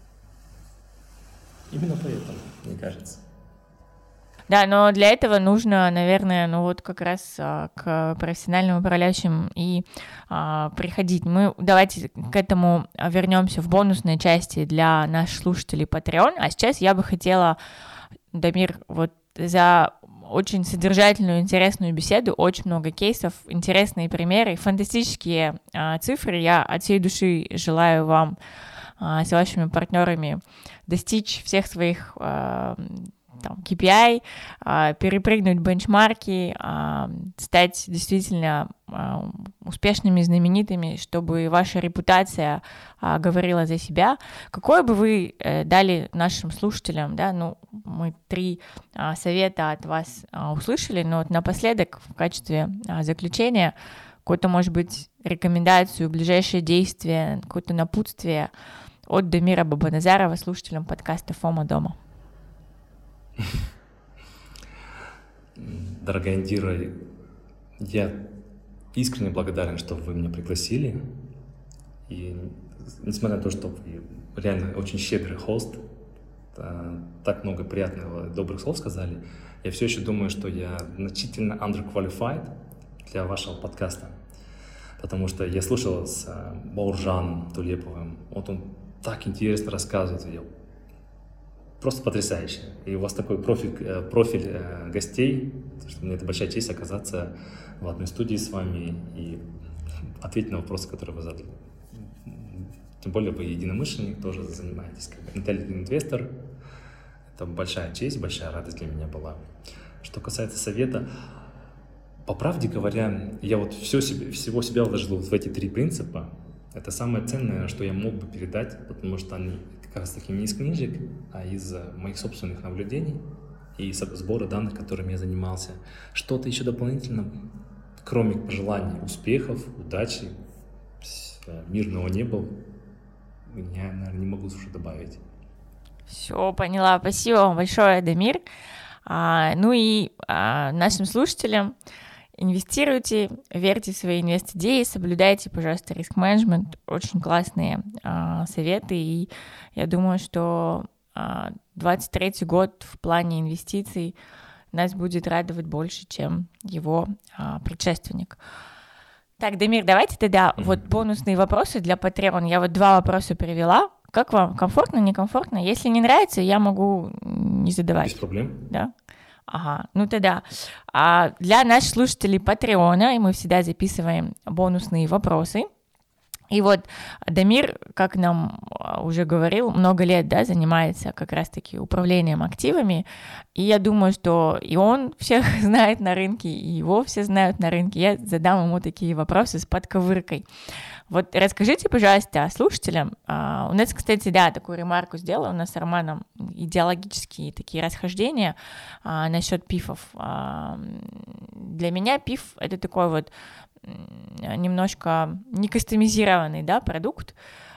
Именно поэтому, мне кажется. Да, но для этого нужно, наверное, ну вот как раз а, к профессиональным управляющим и а, приходить. Мы давайте к этому вернемся в бонусной части для наших слушателей Patreon. А сейчас я бы хотела, Дамир, вот за очень содержательную, интересную беседу, очень много кейсов, интересные примеры, фантастические а, цифры. Я от всей души желаю вам а, с вашими партнерами достичь всех своих а, там, кей пи ай, а, перепрыгнуть бенчмарки, а, стать действительно а, успешными, знаменитыми, чтобы ваша репутация а, говорила за себя. Какое бы вы э, дали нашим слушателям, да, ну, мы три а, совета от вас а, услышали, но вот напоследок в качестве а, заключения какую-то, может быть, рекомендацию, ближайшее действие, какое-то напутствие от Дамира Бабаназарова слушателям подкаста «ФОМО дома». Дорогая Индира, я искренне благодарен, что вы меня пригласили. И несмотря на то, что вы реально очень щедрый хост, так много приятного, добрых слов сказали, я все еще думаю, что я значительно underqualified для вашего подкаста. Потому что я слушал с Бауржаном Тулеповым, вот он так интересно рассказывает, я просто потрясающе. И у вас такой профиль, профиль э, гостей, что мне это большая честь оказаться в одной студии с вами и ответить на вопросы, которые вы задали. Тем более вы единомышленник, тоже занимаетесь как intelligent investor. Это большая честь, большая радость для меня была. Что касается совета, по правде говоря, я вот все себе, всего себя вложил в эти три принципа. Это самое ценное, что я мог бы передать, потому что они как раз таки не из книжек, а из моих собственных наблюдений и сбора данных, которыми я занимался. Что-то еще дополнительно, кроме пожеланий успехов, удачи, мирного неба, я, наверное, не могу уже добавить. Все, поняла. Спасибо вам большое, Дамир. А, ну и а, нашим слушателям: инвестируйте, верьте в свои инвест-идеи, соблюдайте, пожалуйста, риск-менеджмент. Очень классные а, советы, и я думаю, что а, двадцать третий год в плане инвестиций нас будет радовать больше, чем его а, предшественник. Так, Дамир, давайте тогда mm-hmm. вот бонусные вопросы для Patreon. Я вот два вопроса привела. Как вам? Комфортно, некомфортно? Если не нравится, я могу не задавать. Без проблем. Да? Ага, ну тогда. А для наших слушателей Патреона мы всегда записываем бонусные вопросы. И вот Дамир, как нам уже говорил, много лет, да, занимается как раз-таки управлением активами, и я думаю, что и он всех знает на рынке, и его все знают на рынке. Я задам ему такие вопросы с подковыркой. Вот расскажите, пожалуйста, слушателям. А, у нас, кстати, да, такую ремарку сделала, у нас с Романом идеологические такие расхождения а, насчет пифов. А, для меня пиф — это такой вот немножко не кастомизированный, да, продукт,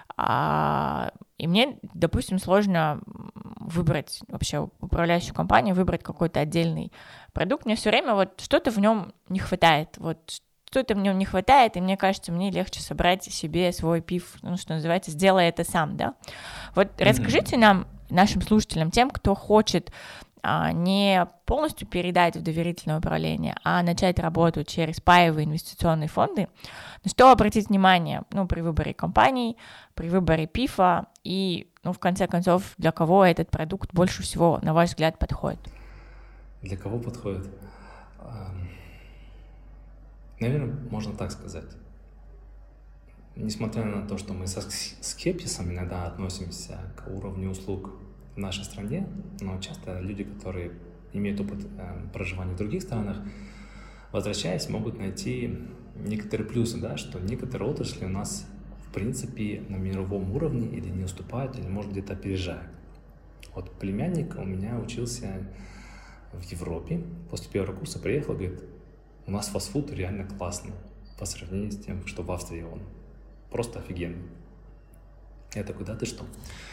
а, и мне, допустим, сложно выбрать вообще управляющую компанию, выбрать какой-то отдельный продукт. Мне все время вот что-то в нем не хватает, вот что-то в нем не хватает, и мне кажется, мне легче собрать себе свой пиф, ну, что называется, сделай это сам, да. Вот mm-hmm. расскажите нам, нашим слушателям, тем, кто хочет не полностью передать в доверительное управление, а начать работу через паевые инвестиционные фонды, на что обратить внимание, ну, при выборе компаний, при выборе пифа и, ну, в конце концов, для кого этот продукт больше всего, на ваш взгляд, подходит? Для кого подходит? Наверное, можно так сказать. Несмотря на то, что мы со скепсисом иногда относимся к уровню услуг в нашей стране, но часто люди, которые имеют опыт э, проживания в других странах, возвращаясь, могут найти некоторые плюсы, да, что некоторые отрасли у нас в принципе на мировом уровне или не уступают, или, может, где-то опережают. Вот племянник у меня учился в Европе, после первого курса приехал, говорит, у нас фастфуд реально классный по сравнению с тем, что в Австрии он. Просто офигенный. Я такой, да ты что?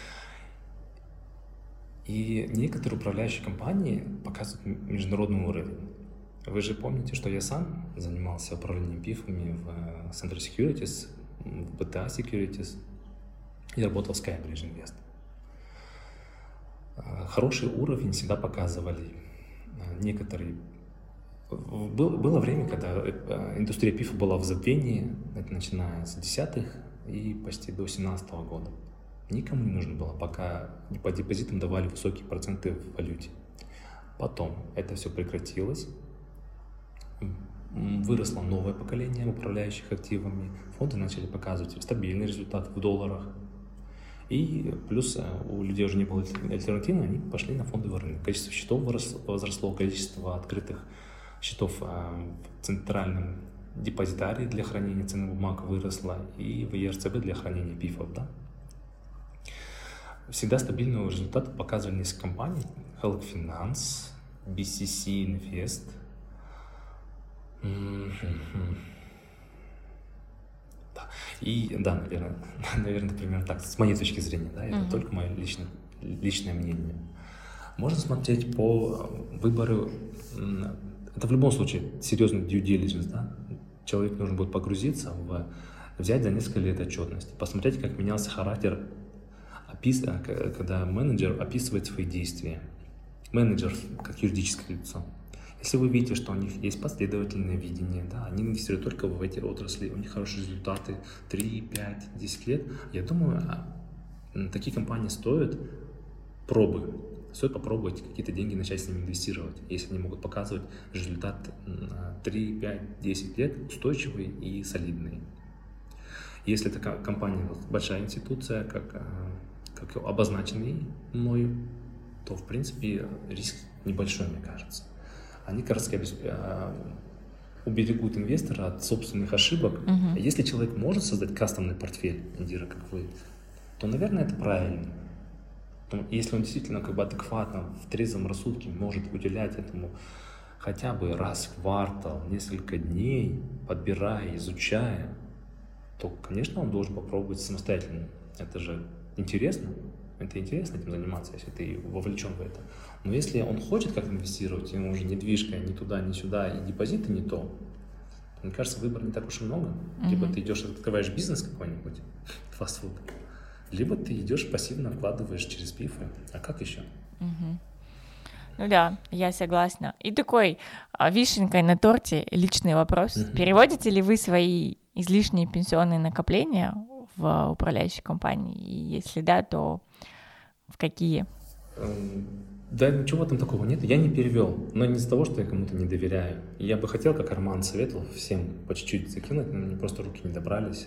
И некоторые управляющие компании показывают международный уровень. Вы же помните, что я сам занимался управлением пифами в Central Securities, в би ти эй Securities и работал в Skybridge Invest. Хороший уровень всегда показывали некоторые. Был, было время, когда индустрия пифа была в забвении, это начиная с десятых и почти до семнадцатого года. Никому не нужно было, пока по депозитам давали высокие проценты в валюте. Потом это все прекратилось, выросло новое поколение управляющих активами, фонды начали показывать стабильный результат в долларах. И плюс у людей уже не было альтернативы, они пошли на фондовый рынок. Количество счетов возросло, возросло количество открытых счетов в центральном депозитарии для хранения ценных бумаг выросло, и в и эр цэ бэ для хранения пифов, да. Всегда стабильные результаты показывали несколько компаний: Helk Finance, би си си Invest. Mm-hmm. Да. И да, наверное, наверное, примерно так, с моей точки зрения, да, это mm-hmm. только мое личное, личное мнение. Можно смотреть по выбору, это в любом случае серьезный due diligence, да, человеку нужно будет погрузиться, в, взять за несколько лет отчетности, посмотреть, как менялся характер, опис, когда менеджер описывает свои действия, менеджер как юридическое лицо. Если вы видите, что у них есть последовательное видение, да, они инвестируют только в эти отрасли, у них хорошие результаты три, пять, десять лет, я думаю, такие компании стоят пробы, стоит попробовать какие-то деньги начать с ними инвестировать, если они могут показывать результат три, пять, десять лет устойчивый и солидный. Если это компания, большая институция, как, как обозначенный мною, то в принципе риск небольшой, мне кажется. Они как раз уберегут инвестора от собственных ошибок. Uh-huh. Если человек может создать кастомный портфель, Индира, как вы, то, наверное, это правильно. Если он действительно как бы адекватно, в трезвом рассудке может уделять этому хотя бы раз в квартал, несколько дней, подбирая, изучая, то, конечно, он должен попробовать самостоятельно. Это же интересно. Это интересно этим заниматься, если ты вовлечен в это. Но если он хочет как-то инвестировать, ему уже недвижка ни туда, ни сюда, и депозиты не то, мне кажется, выбора не так уж и много. Mm-hmm. Либо ты идешь, открываешь бизнес какой-нибудь, фастфуд, либо ты идешь пассивно вкладываешь через пифы. А как еще? Mm-hmm. Ну да, я согласна. И такой а, вишенкой на торте личный вопрос. Mm-hmm. Переводите ли вы свои излишние пенсионные накопления в управляющей компании? И если да, то в какие? Да, ничего там такого нет. Я не перевел, но не из-за того, что я кому-то не доверяю. Я бы хотел, как Арман советовал, всем по чуть-чуть закинуть, но мне просто руки не добрались.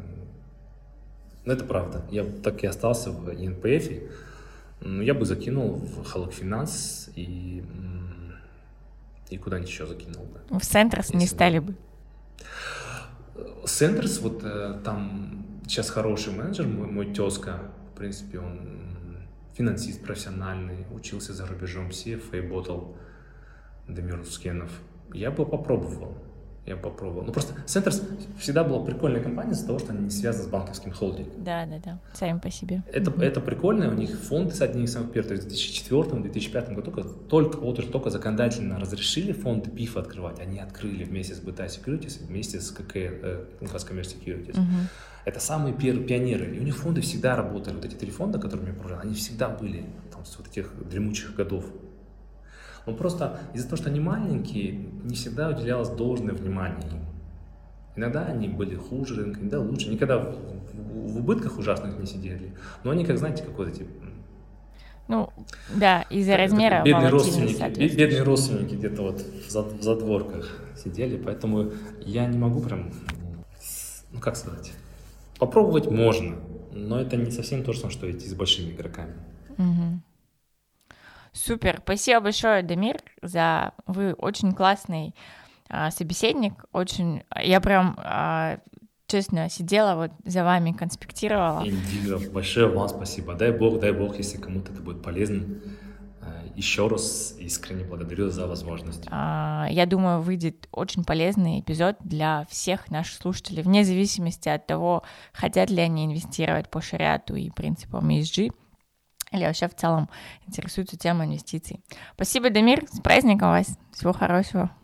Но это правда. Я так и остался в эн пэ эф. Но я бы закинул в Халк-Финанс и, и куда-нибудь еще закинул бы. В Сентерс не стали бы? Сентерс, вот там сейчас хороший менеджер, мой, мой тезка, в принципе, он финансист профессиональный, учился за рубежом, си эф эй ботал, Дамир Ускенов. Я бы попробовал, я бы попробовал. Ну просто Сентерс всегда была прикольная компания из-за того, что они не связаны с банковским холдингом. Да, да, да, сами по себе. Это, mm-hmm. это прикольно, у них фонды с одних из самых первых, то есть в две тысячи четвёртом - две тысячи пятом году только, только, вот, только законодательно разрешили фонды пиф открывать, они открыли вместе с би ти ай Securities, вместе с ка ка, э, Consumer Securities. Mm-hmm. Это самые первые пионеры, и у них фонды всегда работали, вот эти три фонда, которыми я управлял, они всегда были там, с вот этих дремучих годов. Но просто из-за того, что они маленькие, не всегда уделялось должное внимание им. Иногда они были хуже рынка, иногда лучше. Никогда в, в, в убытках ужасных не сидели. Но они, как знаете, какой-то типа... Ну, да, из-за размера бедные родственники, бедные родственники где-то вот в, зад, в задворках сидели. Поэтому я не могу прям... Ну, как сказать... Попробовать можно, но это не совсем то же самое, что идти с большими игроками. Угу. Супер, спасибо большое, Дамир, за вы очень классный а, собеседник, очень, я прям а, честно сидела вот за вами, конспектировала. Индира, большое вам спасибо, дай бог, дай бог, если кому-то это будет полезно. Еще раз искренне благодарю за возможность. А, я думаю, выйдет очень полезный эпизод для всех наших слушателей, вне зависимости от того, хотят ли они инвестировать по шариату и принципам и эс джи, или вообще в целом интересуются темой инвестиций. Спасибо, Дамир, с праздником вас, всего хорошего.